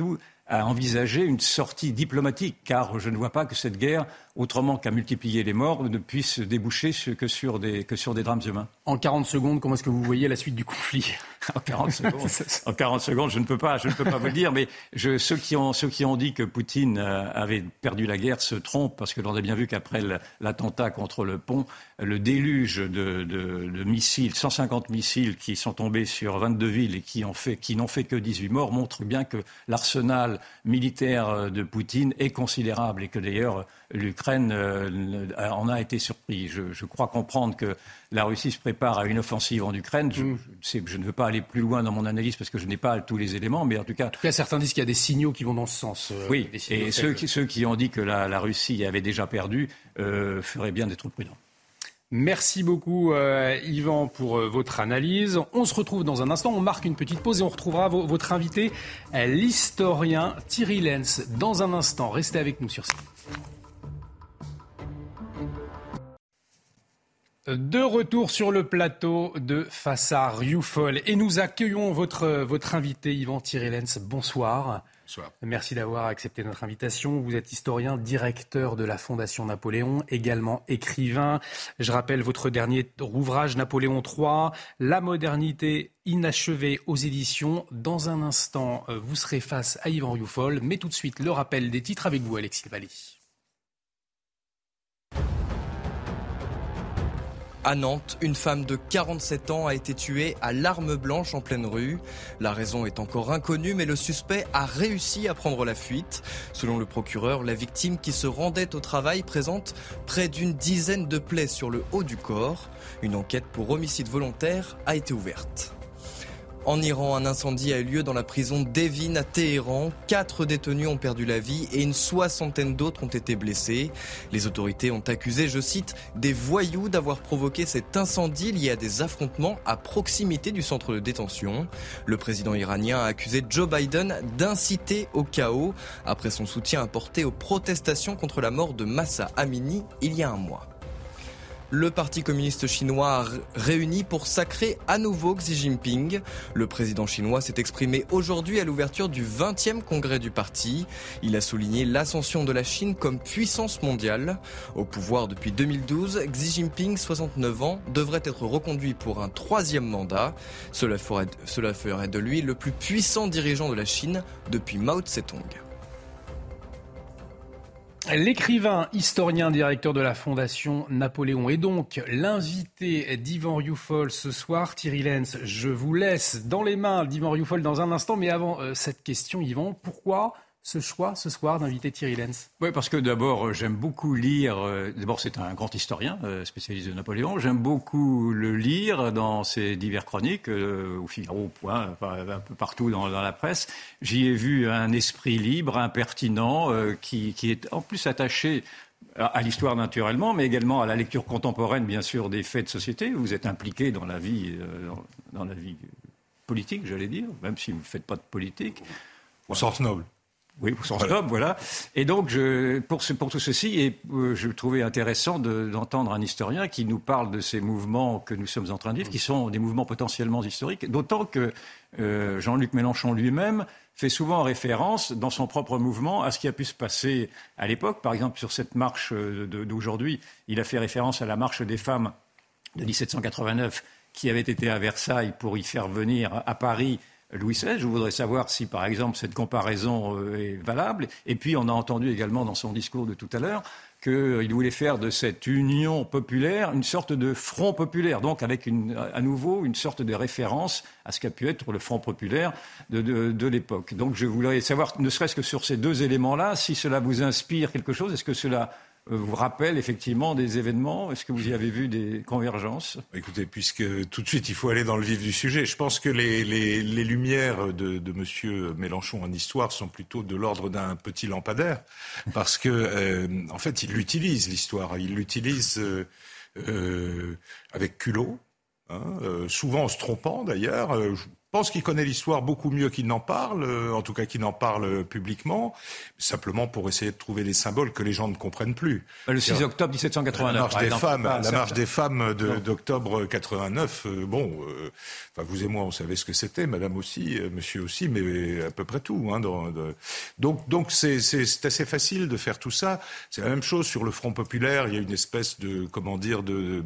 à envisager une sortie diplomatique, car je ne vois pas que cette guerre, autrement qu'à multiplier les morts, ne puisse déboucher que sur des, que sur des drames humains. En quarante secondes, comment est-ce que vous voyez la suite du conflit ? En quarante secondes, en quarante secondes, je ne peux pas, je ne peux pas vous le dire, mais je, ceux, qui ont, ceux qui ont dit que Poutine avait perdu la guerre se trompent, parce que l'on a bien vu qu'après l'attentat contre le pont, le déluge de, de, de missiles, cent cinquante missiles qui sont tombés sur vingt-deux villes et qui, ont fait, qui n'ont fait que dix-huit morts, montre bien que l'arsenal militaire de Poutine est considérable et que d'ailleurs l'Ukraine euh, en a été surpris. Je, je crois comprendre que la Russie se prépare à une offensive en Ukraine. Je, mmh. je, je ne veux pas aller plus loin dans mon analyse parce que je n'ai pas tous les éléments, mais en tout cas... En tout cas, certains disent qu'il y a des signaux qui vont dans ce sens. Euh, oui, et ceux qui, ceux qui ont dit que la, la Russie avait déjà perdu euh, feraient bien d'être prudents. Merci beaucoup euh, Yvan pour euh, votre analyse. On se retrouve dans un instant, on marque une petite pause et on retrouvera vo- votre invité, euh, l'historien Thierry Lenz, dans un instant. Restez avec nous sur C N N. De retour sur le plateau de Face à Rioufol et nous accueillons votre, votre invité Yvan Thierry Lenz. Bonsoir. Bonsoir. Merci d'avoir accepté notre invitation. Vous êtes historien, directeur de la Fondation Napoléon, également écrivain. Je rappelle votre dernier ouvrage, Napoléon trois, La modernité inachevée aux éditions. Dans un instant, vous serez face à Yvan Rioufol, mais tout de suite, le rappel des titres avec vous, Alexis Vallée. À Nantes, une femme de quarante-sept ans a été tuée à l'arme blanche en pleine rue. La raison est encore inconnue, mais le suspect a réussi à prendre la fuite. Selon le procureur, la victime qui se rendait au travail présente près d'une dizaine de plaies sur le haut du corps. Une enquête pour homicide volontaire a été ouverte. En Iran, un incendie a eu lieu dans la prison d'Evin à Téhéran. Quatre détenus ont perdu la vie et une soixantaine d'autres ont été blessés. Les autorités ont accusé, je cite, des voyous d'avoir provoqué cet incendie lié à des affrontements à proximité du centre de détention. Le président iranien a accusé Joe Biden d'inciter au chaos après son soutien apporté aux protestations contre la mort de Mahsa Amini il y a un mois. Le Parti communiste chinois a réuni pour sacrer à nouveau Xi Jinping. Le président chinois s'est exprimé aujourd'hui à l'ouverture du vingtième congrès du parti. Il a souligné l'ascension de la Chine comme puissance mondiale. Au pouvoir depuis deux mille douze, Xi Jinping, soixante-neuf ans, devrait être reconduit pour un troisième mandat. Cela ferait, cela ferait de lui le plus puissant dirigeant de la Chine depuis Mao Tse-tung. L'écrivain, historien, directeur de la Fondation Napoléon est donc l'invité d'Yvan Rioufol ce soir. Thierry Lenz, je vous laisse dans les mains d'Yvan Rioufol dans un instant. Mais avant euh, cette question, Yvan, pourquoi ce choix ce soir d'inviter Thierry Lenz ? Oui, parce que d'abord, j'aime beaucoup lire. Euh, d'abord, c'est un grand historien, euh, spécialiste de Napoléon. J'aime beaucoup le lire dans ses diverses chroniques, euh, au Figaro, au Point, enfin, un peu partout dans, dans la presse. J'y ai vu un esprit libre, impertinent, euh, qui, qui est en plus attaché à l'histoire naturellement, mais également à la lecture contemporaine, bien sûr, des faits de société. Vous êtes impliqué dans la vie, euh, dans, dans la vie politique, j'allais dire, même si vous ne faites pas de politique. Au sens noble. Oui, au sens noble, voilà. Et donc, je, pour, ce, pour tout ceci, et, euh, je trouvais intéressant de, d'entendre un historien qui nous parle de ces mouvements que nous sommes en train de vivre, qui sont des mouvements potentiellement historiques, d'autant que euh, Jean-Luc Mélenchon lui-même fait souvent référence, dans son propre mouvement, à ce qui a pu se passer à l'époque. Par exemple, sur cette marche de, d'aujourd'hui, il a fait référence à la marche des femmes de dix-sept cent quatre-vingt-neuf, qui avait été à Versailles pour y faire venir à Paris Louis seize. Je voudrais savoir si, par exemple, cette comparaison euh, est valable. Et puis, on a entendu également dans son discours de tout à l'heure qu'il euh, voulait faire de cette union populaire une sorte de front populaire, donc avec une, à nouveau une sorte de référence à ce qu'a pu être le front populaire de, de, de l'époque. Donc, je voudrais savoir, ne serait-ce que sur ces deux éléments-là, si cela vous inspire quelque chose. Est-ce que cela vous rappelle effectivement des événements? Est-ce que vous y avez vu des convergences? Écoutez, puisque tout de suite il faut aller dans le vif du sujet, je pense que les, les, les lumières de, de monsieur Mélenchon en histoire sont plutôt de l'ordre d'un petit lampadaire, parce que euh, en fait il l'utilise l'histoire, il l'utilise euh, euh, avec culot, hein, euh, souvent en se trompant d'ailleurs. Euh, pense qu'il connaît l'histoire beaucoup mieux qu'il n'en parle, euh, en tout cas qu'il n'en parle publiquement, simplement pour essayer de trouver des symboles que les gens ne comprennent plus. Le six octobre dix-sept cent quatre-vingt-neuf, la marche par des exemple, femmes, pas, la marche des femmes de, non. d'octobre quatre-vingt-neuf. Euh, bon, euh, enfin vous et moi, on savait ce que c'était, Madame aussi, euh, Monsieur aussi, mais à peu près tout. Hein, dans, de... Donc, donc c'est, c'est, c'est assez facile de faire tout ça. C'est la même chose sur le Front populaire. Il y a une espèce de, comment dire, de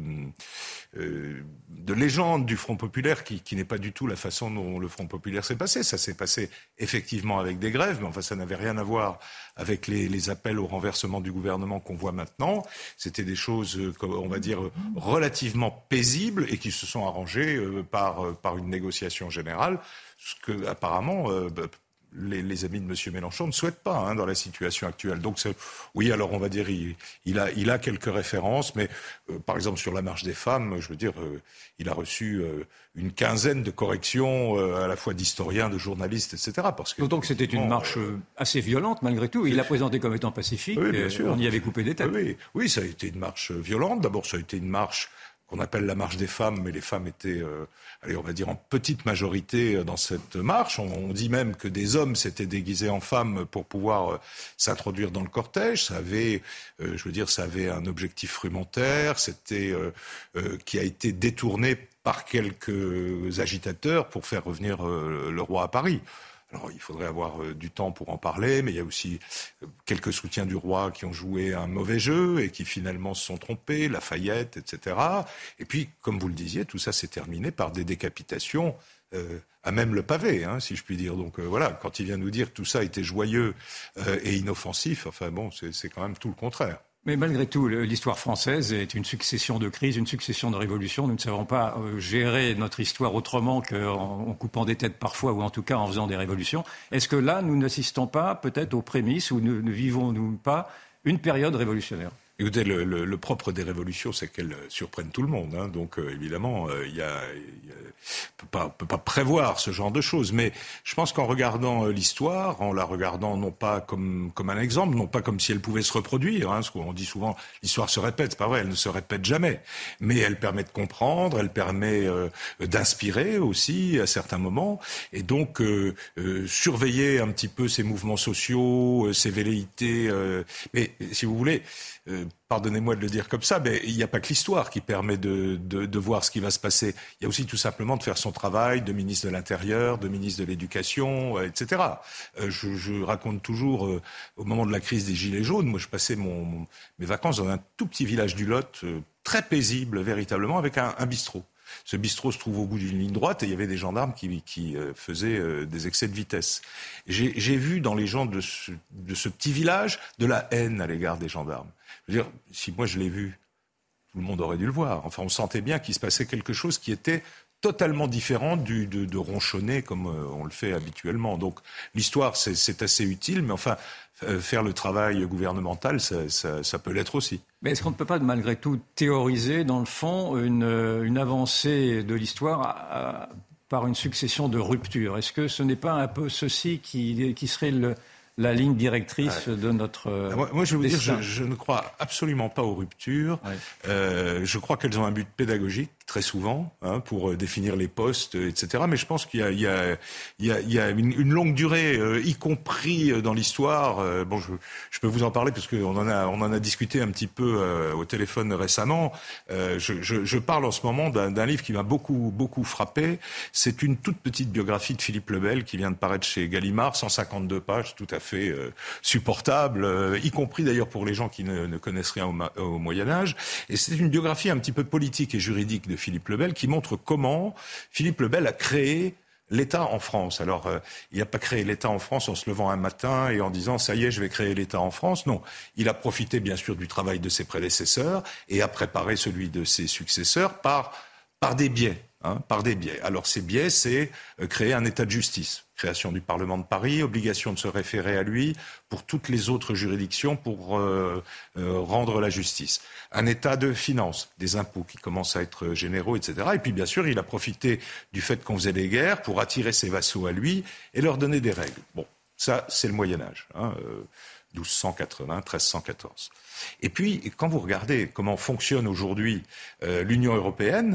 Euh, de légende du Front populaire qui, qui n'est pas du tout la façon dont le Front populaire s'est passé. Ça s'est passé effectivement avec des grèves, mais enfin ça n'avait rien à voir avec les, les appels au renversement du gouvernement qu'on voit maintenant. C'était des choses, on va dire, relativement paisibles et qui se sont arrangées par, par une négociation générale, ce que apparemment euh, Les, les amis de M. Mélenchon ne souhaitent pas hein, dans la situation actuelle. Donc, c'est, oui, alors on va dire, il, il, a, il a quelques références, mais euh, par exemple sur la marche des femmes, je veux dire, euh, il a reçu euh, une quinzaine de corrections, euh, à la fois d'historiens, de journalistes, et cetera. Parce que, d'autant que c'était une marche euh, assez violente, malgré tout. Il l'a présenté comme étant pacifique. Oui, bien sûr. On y avait coupé des têtes. Oui, oui. oui, ça a été une marche violente. D'abord, ça a été une marche qu'on appelle la marche des femmes, mais les femmes étaient, euh, allez, on va dire, en petite majorité dans cette marche. On, on dit même que des hommes s'étaient déguisés en femmes pour pouvoir euh, s'introduire dans le cortège. Ça avait, euh, je veux dire, ça avait un objectif frumentaire, c'était euh, euh, qui a été détourné par quelques agitateurs pour faire revenir euh, le roi à Paris. Alors, il faudrait avoir euh, du temps pour en parler, mais il y a aussi euh, quelques soutiens du roi qui ont joué un mauvais jeu et qui finalement se sont trompés, Lafayette, et cetera. Et puis, comme vous le disiez, tout ça s'est terminé par des décapitations euh, à même le pavé, hein, si je puis dire. Donc euh, voilà, quand il vient nous dire que tout ça était joyeux euh, et inoffensif, enfin bon, c'est, c'est quand même tout le contraire. Mais malgré tout, l'histoire française est une succession de crises, une succession de révolutions. Nous ne savons pas gérer notre histoire autrement qu'en coupant des têtes parfois, ou en tout cas en faisant des révolutions. Est-ce que là, nous n'assistons pas peut-être aux prémices, ou ne, ne vivons-nous pas une période révolutionnaire ? Écoutez, le, le, le propre des révolutions, c'est qu'elles surprennent tout le monde. Hein. Donc, euh, évidemment, il euh, y a, y a, peut pas, peut pas prévoir ce genre de choses. Mais je pense qu'en regardant euh, l'histoire, en la regardant non pas comme comme un exemple, non pas comme si elle pouvait se reproduire. Hein, parce qu'on dit souvent, l'histoire se répète. C'est pas vrai, elle ne se répète jamais. Mais elle permet de comprendre, elle permet euh, d'inspirer aussi à certains moments. Et donc, euh, euh, surveiller un petit peu ces mouvements sociaux, euh, ces velléités. Euh, mais si vous voulez. Euh, pardonnez-moi de le dire comme ça, mais il n'y a pas que l'histoire qui permet de, de, de voir ce qui va se passer. Il y a aussi tout simplement de faire son travail de ministre de l'Intérieur, de ministre de l'Éducation, euh, et cetera. Euh, je, je raconte toujours, euh, au moment de la crise des Gilets jaunes, moi je passais mon, mon, mes vacances dans un tout petit village du Lot, euh, très paisible véritablement, avec un, un bistrot. Ce bistrot se trouve au bout d'une ligne droite et il y avait des gendarmes qui, qui euh, faisaient euh, des excès de vitesse. J'ai, j'ai vu dans les gens de ce, de ce petit village de la haine à l'égard des gendarmes. Je veux dire, si moi je l'ai vu, tout le monde aurait dû le voir. Enfin, on sentait bien qu'il se passait quelque chose qui était totalement différent du, de, de ronchonner comme euh, on le fait habituellement. Donc l'histoire, c'est, c'est assez utile, mais enfin, euh, faire le travail gouvernemental, ça, ça, ça peut l'être aussi. Mais est-ce qu'on ne peut pas malgré tout théoriser, dans le fond, une, une avancée de l'histoire à, à, par une succession de ruptures ? Est-ce que ce n'est pas un peu ceci qui, qui serait le... la ligne directrice ouais. de notre euh, moi, moi, je vais vous destin. dire, je, je ne crois absolument pas aux ruptures. Ouais. Euh, je crois qu'elles ont un but pédagogique, très souvent, hein, pour euh, définir les postes, et cetera. Mais je pense qu'il y a, il y a, il y a, il y a une, une longue durée, euh, y compris euh, dans l'histoire. Euh, bon, je, je peux vous en parler parce qu'on en a, on en a discuté un petit peu euh, au téléphone récemment. Euh, je, je, je parle en ce moment d'un, d'un livre qui m'a beaucoup, beaucoup frappé. C'est une toute petite biographie de Philippe le Bel qui vient de paraître chez Gallimard, cent cinquante-deux pages, tout à fait euh, supportable, euh, y compris d'ailleurs pour les gens qui ne, ne connaissent rien au, ma, au Moyen-Âge. Et c'est une biographie un petit peu politique et juridique de Philippe le Bel qui montre comment Philippe le Bel a créé l'État en France. Alors, euh, il n'a pas créé l'État en France en se levant un matin et en disant « ça y est, je vais créer l'État en France ». Non, il a profité bien sûr du travail de ses prédécesseurs et a préparé celui de ses successeurs par, par des biais. Hein, par des biais. Alors ces biais, c'est euh, créer un État de justice, création du Parlement de Paris, obligation de se référer à lui pour toutes les autres juridictions pour euh, euh, rendre la justice. Un État de finances, des impôts qui commencent à être généraux, et cetera. Et puis bien sûr, il a profité du fait qu'on faisait des guerres pour attirer ses vassaux à lui et leur donner des règles. Bon, ça, c'est le Moyen-Âge. Hein, euh, douze cent quatre-vingts, treize cent quatorze. Et puis, quand vous regardez comment fonctionne aujourd'hui euh, l'Union européenne,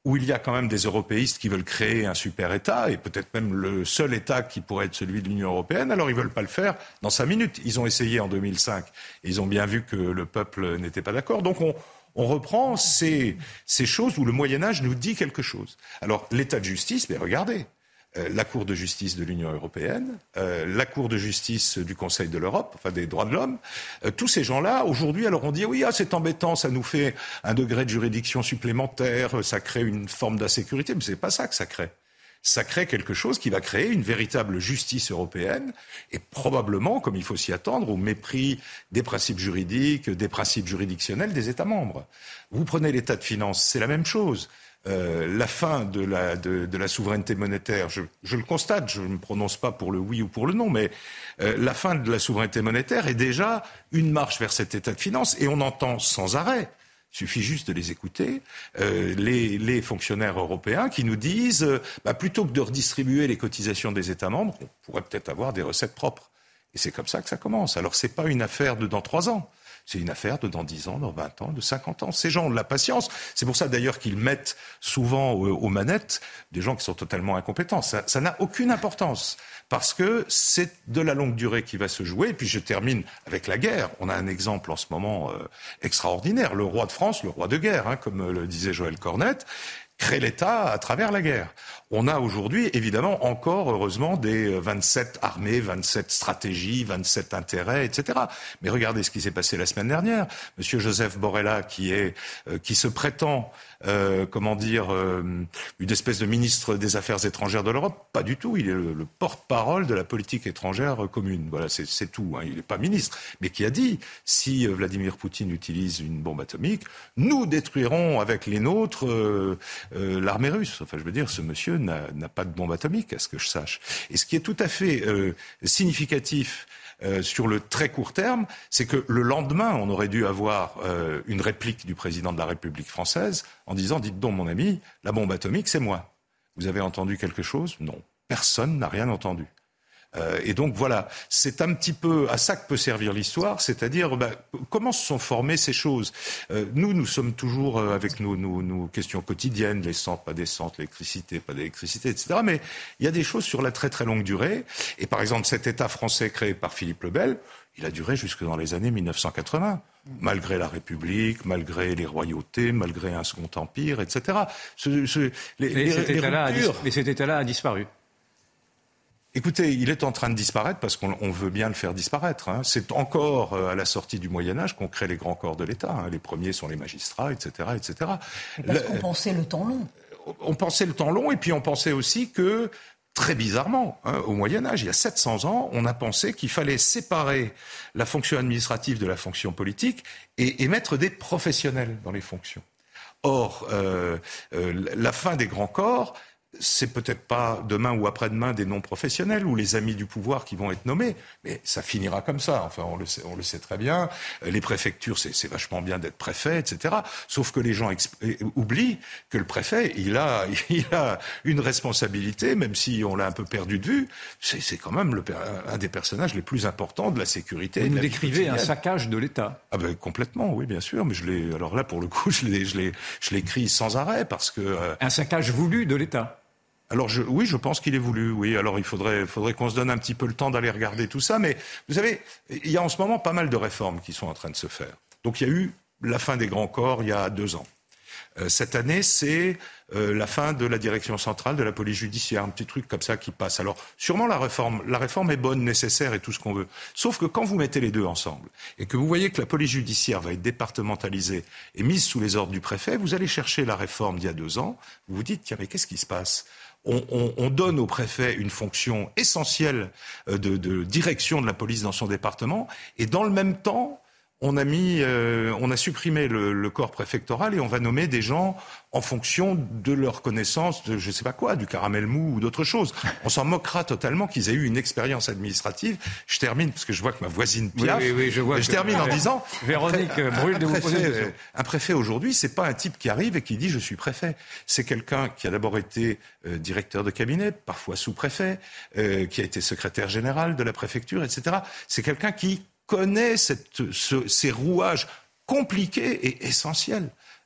où il y a quand même des européistes qui veulent créer un super État, et peut-être même le seul État qui pourrait être celui de l'Union européenne, alors ils veulent pas le faire dans cinq minutes. Ils ont essayé en deux mille cinq, et ils ont bien vu que le peuple n'était pas d'accord. Donc on, on reprend ces, ces choses où le Moyen-Âge nous dit quelque chose. Alors l'État de justice, mais regardez, euh, la Cour de justice de l'Union européenne, euh, la Cour de justice du Conseil de l'Europe, enfin des droits de l'homme, euh, tous ces gens-là, aujourd'hui, alors on dit oui, ah, c'est embêtant, ça nous fait un degré de juridiction supplémentaire, ça crée une forme d'insécurité, mais c'est pas ça que ça crée. Ça crée quelque chose qui va créer une véritable justice européenne, et probablement, comme il faut s'y attendre, au mépris des principes juridiques, des principes juridictionnels des États membres. Vous prenez l'état de finances, c'est la même chose. Euh, la fin de la, de, de la souveraineté monétaire, je, je le constate, je ne me prononce pas pour le oui ou pour le non, mais euh, la fin de la souveraineté monétaire est déjà une marche vers cet état de finances, et on entend sans arrêt, il suffit juste de les écouter, euh, les, les fonctionnaires européens qui nous disent, euh, bah, plutôt que de redistribuer les cotisations des États membres, on pourrait peut-être avoir des recettes propres. Et c'est comme ça que ça commence. Alors c'est pas une affaire de dans trois ans. C'est une affaire de dans dix ans, dans vingt ans, de cinquante ans. Ces gens ont de la patience. C'est pour ça d'ailleurs qu'ils mettent souvent aux, aux manettes des gens qui sont totalement incompétents. Ça, ça n'a aucune importance. Parce que c'est de la longue durée qui va se jouer. Et puis je termine avec la guerre. On a un exemple en ce moment euh, extraordinaire. Le roi de France, le roi de guerre, hein, comme le disait Joël Cornette, crée l'État à travers la guerre. On a aujourd'hui, évidemment, encore, heureusement, des vingt-sept armées, vingt-sept stratégies, vingt-sept intérêts, et cetera. Mais regardez ce qui s'est passé la semaine dernière. Monsieur Joseph Borrella, qui est, euh, qui se prétend, euh, comment dire, euh, une espèce de ministre des Affaires étrangères de l'Europe, pas du tout. Il est le, le porte-parole de la politique étrangère commune. Voilà, c'est, c'est tout. Hein. Il n'est pas ministre, mais qui a dit, si euh, Vladimir Poutine utilise une bombe atomique, nous détruirons avec les nôtres euh, euh, l'armée russe. Enfin, je veux dire, ce monsieur N'a, n'a pas de bombe atomique, à ce que je sache. Et ce qui est tout à fait euh, significatif euh, sur le très court terme, c'est que le lendemain, on aurait dû avoir euh, une réplique du président de la République française en disant « Dites donc, mon ami, la bombe atomique, c'est moi. Vous avez entendu quelque chose ? Non. Personne n'a rien entendu. » Euh, et donc voilà, c'est un petit peu à ça que peut servir l'histoire, c'est-à-dire bah, comment se sont formées ces choses. Euh, nous, nous sommes toujours euh, avec nos, nos, nos questions quotidiennes, l'essence, pas d'essence, l'électricité, pas d'électricité, et cetera. Mais il y a des choses sur la très très longue durée. Et par exemple, cet État français créé par Philippe le Bel, il a duré jusque dans les années mille neuf cent quatre-vingts. Malgré la République, malgré les royautés, malgré un second empire, et cetera. Ce, ce, les, mais, les, cet les état-là a dis- ruptures... mais cet État-là a disparu. Écoutez, il est en train de disparaître parce qu'on on veut bien le faire disparaître. Hein. C'est encore euh, à la sortie du Moyen-Âge qu'on crée les grands corps de l'État. Hein. Les premiers sont les magistrats, et cetera, et cetera. Parce le, qu'on pensait le temps long. On pensait le temps long, et puis on pensait aussi que, très bizarrement, hein, au Moyen-Âge, il y a sept cents ans, on a pensé qu'il fallait séparer la fonction administrative de la fonction politique et, et mettre des professionnels dans les fonctions. Or, euh, euh, la fin des grands corps... c'est peut-être pas demain ou après-demain des non-professionnels ou les amis du pouvoir qui vont être nommés, mais ça finira comme ça. Enfin, on le sait, on le sait très bien. Les préfectures, c'est, c'est vachement bien d'être préfet, et cetera. Sauf que les gens exp- oublient que le préfet, il a, il a une responsabilité, même si on l'a un peu perdu de vue. C'est, c'est quand même le, un des personnages les plus importants de la sécurité. Vous de nous la décrivez un saccage de l'État. Ah ben complètement, oui, bien sûr. Mais je l'ai. Alors là, pour le coup, je l'ai, je l'ai, je l'écris sans arrêt parce que euh, un saccage voulu de l'État. Alors je, oui, je pense qu'il est voulu. Oui, alors il faudrait, faudrait qu'on se donne un petit peu le temps d'aller regarder tout ça. Mais vous savez, il y a en ce moment pas mal de réformes qui sont en train de se faire. Donc il y a eu la fin des grands corps il y a deux ans. Euh, cette année, c'est euh, la fin de la direction centrale de la police judiciaire, un petit truc comme ça qui passe. Alors sûrement la réforme, la réforme est bonne, nécessaire et tout ce qu'on veut. Sauf que quand vous mettez les deux ensemble et que vous voyez que la police judiciaire va être départementalisée et mise sous les ordres du préfet, vous allez chercher la réforme d'il y a deux ans. Vous vous dites tiens mais qu'est-ce qui se passe ? On, on, on donne au préfet une fonction essentielle de, de direction de la police dans son département, et dans le même temps, on a mis, euh, on a supprimé le, le corps préfectoral et on va nommer des gens en fonction de leur connaissance de je sais pas quoi, du caramel mou ou d'autres choses. On s'en moquera totalement qu'ils aient eu une expérience administrative. Je termine parce que je vois que ma voisine piaffe. Oui, oui, oui, je vois. Je que... termine en disant Véronique un, brûle de vous poser une question. Un préfet aujourd'hui, c'est pas un type qui arrive et qui dit je suis préfet. C'est quelqu'un qui a d'abord été euh, directeur de cabinet, parfois sous-préfet, euh, qui a été secrétaire général de la préfecture, et cetera. C'est quelqu'un qui connaît cette, ce, ces rouages compliqués et essentiels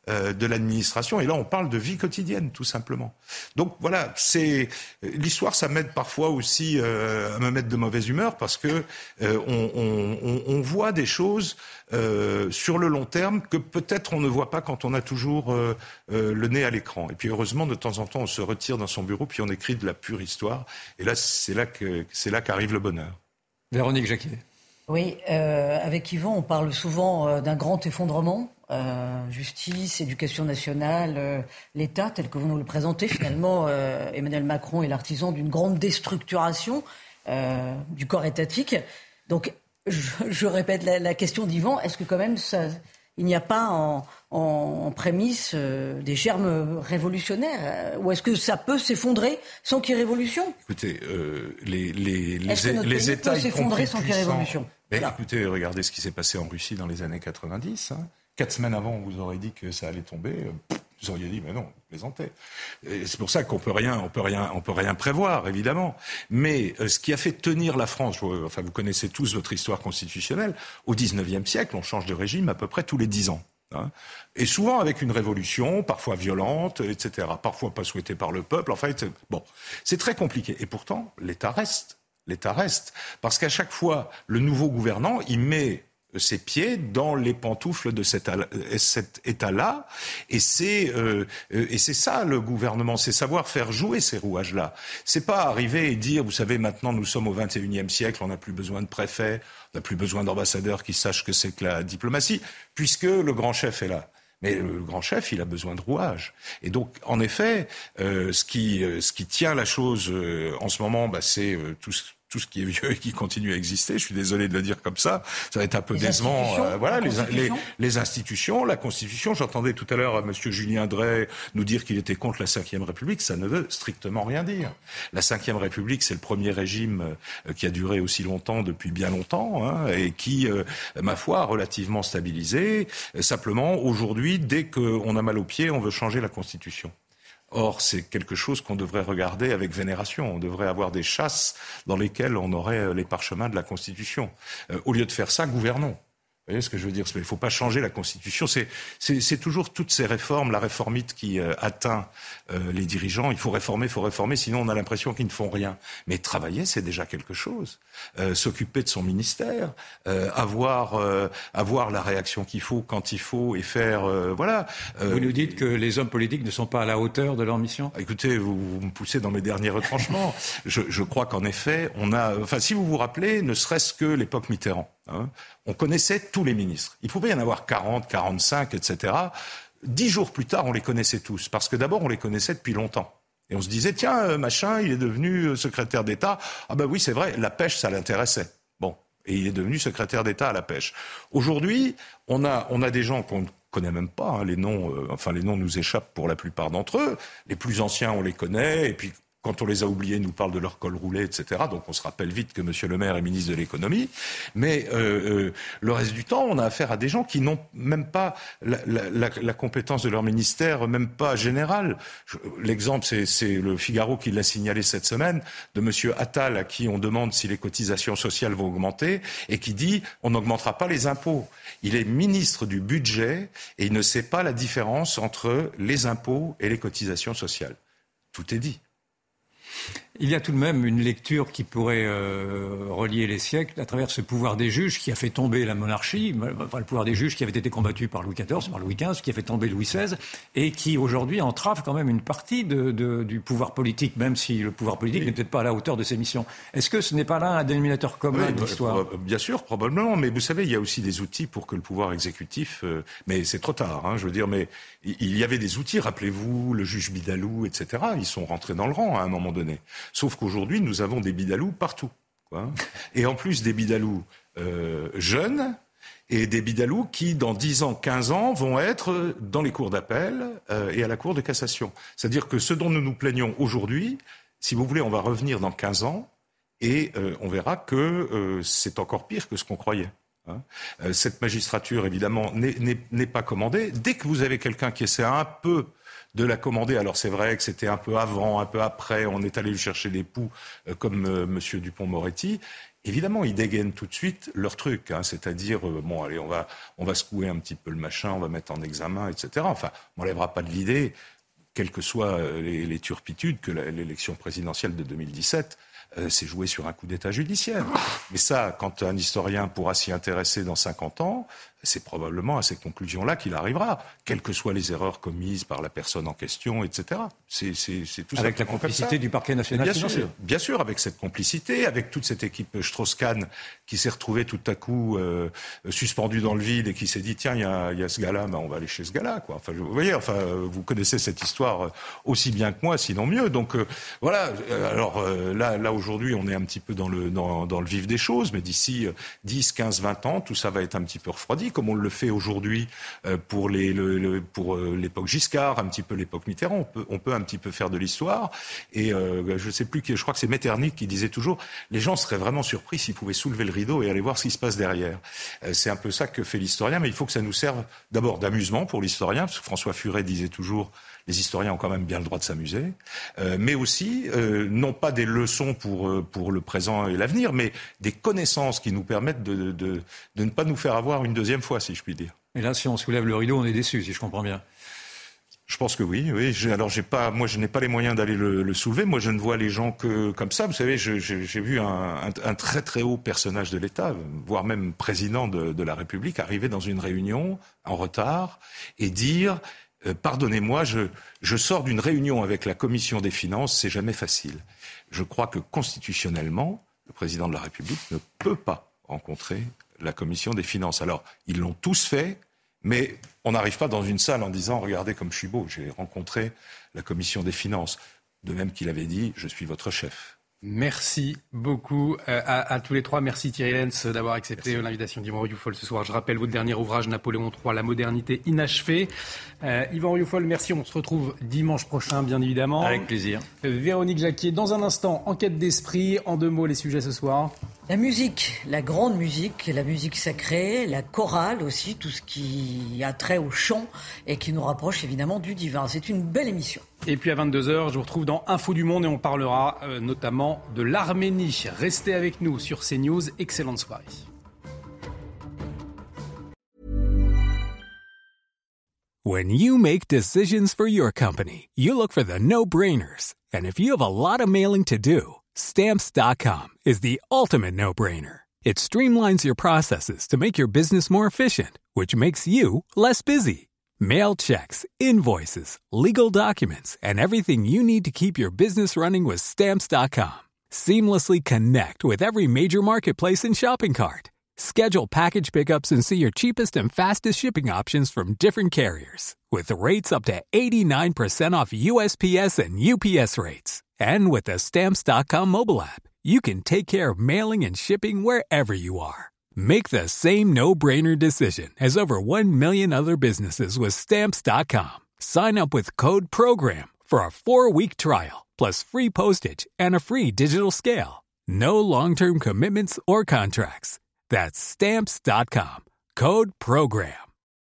euh, de l'administration. Et là, on parle de vie quotidienne, tout simplement. Donc voilà, c'est l'histoire, ça m'aide parfois aussi euh, à me mettre de mauvaise humeur parce que euh, on, on, on voit des choses euh, sur le long terme que peut-être on ne voit pas quand on a toujours euh, euh, le nez à l'écran. Et puis heureusement, de temps en temps, on se retire dans son bureau puis on écrit de la pure histoire. Et là, c'est là que c'est là qu'arrive le bonheur. Véronique Jacquier. Oui, euh, avec Yvan, on parle souvent euh, d'un grand effondrement. Euh, justice, éducation nationale, euh, l'État, tel que vous nous le présentez. Finalement, euh, Emmanuel Macron est l'artisan d'une grande déstructuration euh, du corps étatique. Donc, je, je répète la, la question d'Yvan. Est-ce que quand même, ça, il n'y a pas en, en, en prémisse euh, des germes révolutionnaires? Ou est-ce que ça peut s'effondrer sans qu'il y ait révolution? Écoutez, euh, les, les, les, est-ce que notre les pays États peut s'effondrer sans qu'il y ait révolution? Mais écoutez, regardez ce qui s'est passé en Russie dans les années quatre-vingt-dix. Hein. Quatre semaines avant, on vous aurait dit que ça allait tomber. Vous auriez dit, mais non, vous plaisantez. Et c'est pour ça qu'on peut rien, on peut rien, on peut rien prévoir, évidemment. Mais euh, ce qui a fait tenir la France, je, enfin, vous connaissez tous votre histoire constitutionnelle. Au dix-neuvième siècle, on change de régime à peu près tous les dix ans. Hein. Et souvent avec une révolution, parfois violente, et cetera. Parfois pas souhaitée par le peuple. Enfin, c'est, bon, c'est très compliqué. Et pourtant, l'État reste. L'État reste. Parce qu'à chaque fois, le nouveau gouvernant, il met ses pieds dans les pantoufles de cet, cet état-là. Et c'est, euh, et c'est ça, le gouvernement. C'est savoir faire jouer ces rouages-là. C'est pas arriver et dire, vous savez, maintenant, nous sommes au vingt et unième siècle, on n'a plus besoin de préfets, on n'a plus besoin d'ambassadeurs qui sachent que c'est que la diplomatie, puisque le grand chef est là. Mais le grand chef, il a besoin de rouage. Et donc, en effet, euh, ce qui, euh, ce qui tient la chose euh, en ce moment, bah, c'est euh, tout ce tout ce qui est vieux et qui continue à exister. Je suis désolé de le dire comme ça. Ça va être un peu les décevant. Euh, voilà, les, les, les institutions, la Constitution. J'entendais tout à l'heure M. Julien Drey nous dire qu'il était contre la cinquième République. Ça ne veut strictement rien dire. La cinquième République, c'est le premier régime euh, qui a duré aussi longtemps depuis bien longtemps, hein, et qui, euh, ma foi, a relativement stabilisé. Euh, simplement, aujourd'hui, dès qu'on a mal aux pieds, on veut changer la Constitution. Or, c'est quelque chose qu'on devrait regarder avec vénération. On devrait avoir des chasses dans lesquelles on aurait les parchemins de la Constitution. Euh, au lieu de faire ça, gouvernons. Vous voyez ce que je veux dire? Il ne faut pas changer la Constitution. C'est, c'est, c'est toujours toutes ces réformes, la réformite qui euh, atteint euh, les dirigeants. Il faut réformer, il faut réformer, sinon on a l'impression qu'ils ne font rien. Mais travailler, c'est déjà quelque chose. Euh, s'occuper de son ministère, euh, avoir, euh, avoir la réaction qu'il faut quand il faut et faire... Euh, voilà. Euh, vous nous dites que les hommes politiques ne sont pas à la hauteur de leur mission? Écoutez, vous, vous me poussez dans mes derniers retranchements. je, je crois qu'en effet, on a... Enfin, si vous vous rappelez, ne serait-ce que l'époque Mitterrand. Hein, on connaissait tous les ministres. Il pouvait y en avoir quarante, quarante-cinq, et cetera. Dix jours plus tard, on les connaissait tous. Parce que d'abord, on les connaissait depuis longtemps. Et on se disait, tiens, euh, machin, il est devenu secrétaire d'État. Ah ben oui, c'est vrai, la pêche, ça l'intéressait. Bon, et il est devenu secrétaire d'État à la pêche. Aujourd'hui, on a, on a des gens qu'on ne connaît même pas. Hein, les noms, euh, enfin, les noms nous échappent pour la plupart d'entre eux. Les plus anciens, on les connaît. Et puis, quand on les a oubliés, ils nous parlent de leur col roulé, et cetera. Donc on se rappelle vite que M. Le Maire est ministre de l'économie. Mais euh, euh, le reste du temps, on a affaire à des gens qui n'ont même pas la, la, la, la compétence de leur ministère, même pas générale. Je, l'exemple, c'est, c'est le Figaro qui l'a signalé cette semaine, de M. Attal, à qui on demande si les cotisations sociales vont augmenter, et qui dit on n'augmentera pas les impôts. Il est ministre du budget et il ne sait pas la différence entre les impôts et les cotisations sociales. Tout est dit. Il y a tout de même une lecture qui pourrait euh, relier les siècles à travers ce pouvoir des juges qui a fait tomber la monarchie, enfin, le pouvoir des juges qui avait été combattu par Louis quatorze, par Louis quinze, qui a fait tomber Louis seize, et qui aujourd'hui entrave quand même une partie de, de, du pouvoir politique, même si le pouvoir politique oui. n'est peut-être pas à la hauteur de ses missions. Est-ce que ce n'est pas là un dénominateur commun oui, de l'histoire? Bien sûr, probablement, mais vous savez, il y a aussi des outils pour que le pouvoir exécutif... Euh, mais c'est trop tard, hein, je veux dire, mais il y avait des outils, rappelez-vous, le juge Bidalou, et cetera, ils sont rentrés dans le rang à un moment donné. Sauf qu'aujourd'hui, nous avons des bidalous partout. Quoi. Et en plus des bidalous euh, jeunes et des bidalous qui, dans dix ans, quinze ans, vont être dans les cours d'appel euh, et à la cour de cassation. C'est-à-dire que ce dont nous nous plaignons aujourd'hui, si vous voulez, on va revenir dans quinze ans et euh, on verra que euh, c'est encore pire que ce qu'on croyait. Hein. Euh, cette magistrature, évidemment, n'est, n'est, n'est pas commandée. Dès que vous avez quelqu'un qui essaie un peu de la commander. Alors c'est vrai que c'était un peu avant, un peu après, on est allé lui chercher des poux euh, comme euh, Monsieur Dupond-Moretti. Évidemment, ils dégainent tout de suite leur truc, hein, c'est-à-dire, euh, bon, allez, on va, on va secouer un petit peu le machin, on va mettre en examen, et cetera. Enfin, on n'enlèvera pas de l'idée, quelles que soient les, les turpitudes, que la, l'élection présidentielle de deux mille dix-sept euh, s'est jouée sur un coup d'État judiciaire. Mais ça, quand un historien pourra s'y intéresser dans cinquante ans, c'est probablement à ces conclusions-là qu'il arrivera, quelles que soient les erreurs commises par la personne en question, et cetera. C'est, c'est, c'est tout avec la complicité du parquet national bien financier. Sûr, bien sûr, avec cette complicité, avec toute cette équipe Strauss-Kahn qui s'est retrouvée tout à coup euh, suspendue dans le vide et qui s'est dit tiens, il y a, y a ce gars-là, ben on va aller chez ce gars-là, quoi. Enfin, vous voyez, enfin, vous connaissez cette histoire aussi bien que moi, sinon mieux. Donc euh, voilà. Alors euh, là, là aujourd'hui, on est un petit peu dans le dans, dans le vif des choses, mais d'ici dix, quinze, vingt ans, tout ça va être un petit peu refroidi, comme on le fait aujourd'hui pour, les, le, le, pour l'époque Giscard, un petit peu l'époque Mitterrand. On peut, on peut un petit peu faire de l'histoire. Et euh, je ne sais plus, je crois que c'est Metternich qui disait toujours les gens seraient vraiment surpris s'ils pouvaient soulever le rideau et aller voir ce qui se passe derrière. C'est un peu ça que fait l'historien, mais il faut que ça nous serve d'abord d'amusement pour l'historien, parce que François Furet disait toujours les historiens ont quand même bien le droit de s'amuser, euh, mais aussi, euh, non pas des leçons pour, pour le présent et l'avenir, mais des connaissances qui nous permettent de, de, de ne pas nous faire avoir une deuxième fois, si je puis dire. Et là, si on soulève le rideau, on est déçu, si je comprends bien. Je pense que oui, oui. J'ai, alors j'ai pas, moi je n'ai pas les moyens d'aller le, le soulever. Moi je ne vois les gens que comme ça. Vous savez, je, j'ai, j'ai vu un, un, un très très haut personnage de l'État, voire même président de, de la République, arriver dans une réunion en retard et dire euh, pardonnez-moi, je, je sors d'une réunion avec la Commission des finances, c'est jamais facile. Je crois que constitutionnellement, le président de la République ne peut pas rencontrer la Commission des finances. Alors ils l'ont tous fait. Mais on n'arrive pas dans une salle en disant « Regardez comme je suis beau, j'ai rencontré la commission des finances ». De même qu'il avait dit « Je suis votre chef ». Merci beaucoup euh, à, à tous les trois. Merci Thierry Lenz d'avoir accepté Merci. l'invitation d'Yvan Rioufol ce soir. Je rappelle votre dernier ouvrage, Napoléon trois, La modernité inachevée. Euh, Yvan Rioufol, merci. On se retrouve dimanche prochain, bien évidemment. Avec plaisir. Euh, Véronique Jacquier, dans un instant, enquête d'esprit. En deux mots, les sujets ce soir. La musique, la grande musique, la musique sacrée, la chorale aussi, tout ce qui a trait au chant et qui nous rapproche évidemment du divin. C'est une belle émission. Et puis à vingt-deux heures, je vous retrouve dans Info du Monde et on parlera euh, notamment de l'Arménie. Restez avec nous sur CNews. Excellente soirée. When you make decisions for your company, you look for the no-brainers. And if you have a lot of mailing to do, Stamps dot com is the ultimate no-brainer. It streamlines your processes to make your business more efficient, which makes you less busy. Mail checks, invoices, legal documents, and everything you need to keep your business running with Stamps dot com. Seamlessly connect with every major marketplace and shopping cart. Schedule package pickups and see your cheapest and fastest shipping options from different carriers. With rates up to eighty-nine percent off U S P S and U P S rates. And with the Stamps dot com mobile app, you can take care of mailing and shipping wherever you are. Make the same no-brainer decision as over one million other businesses with Stamps dot com. Sign up with code PROGRAM for a four-week trial, plus free postage and a free digital scale. No long-term commitments or contracts. That's Stamps dot com. Code PROGRAM.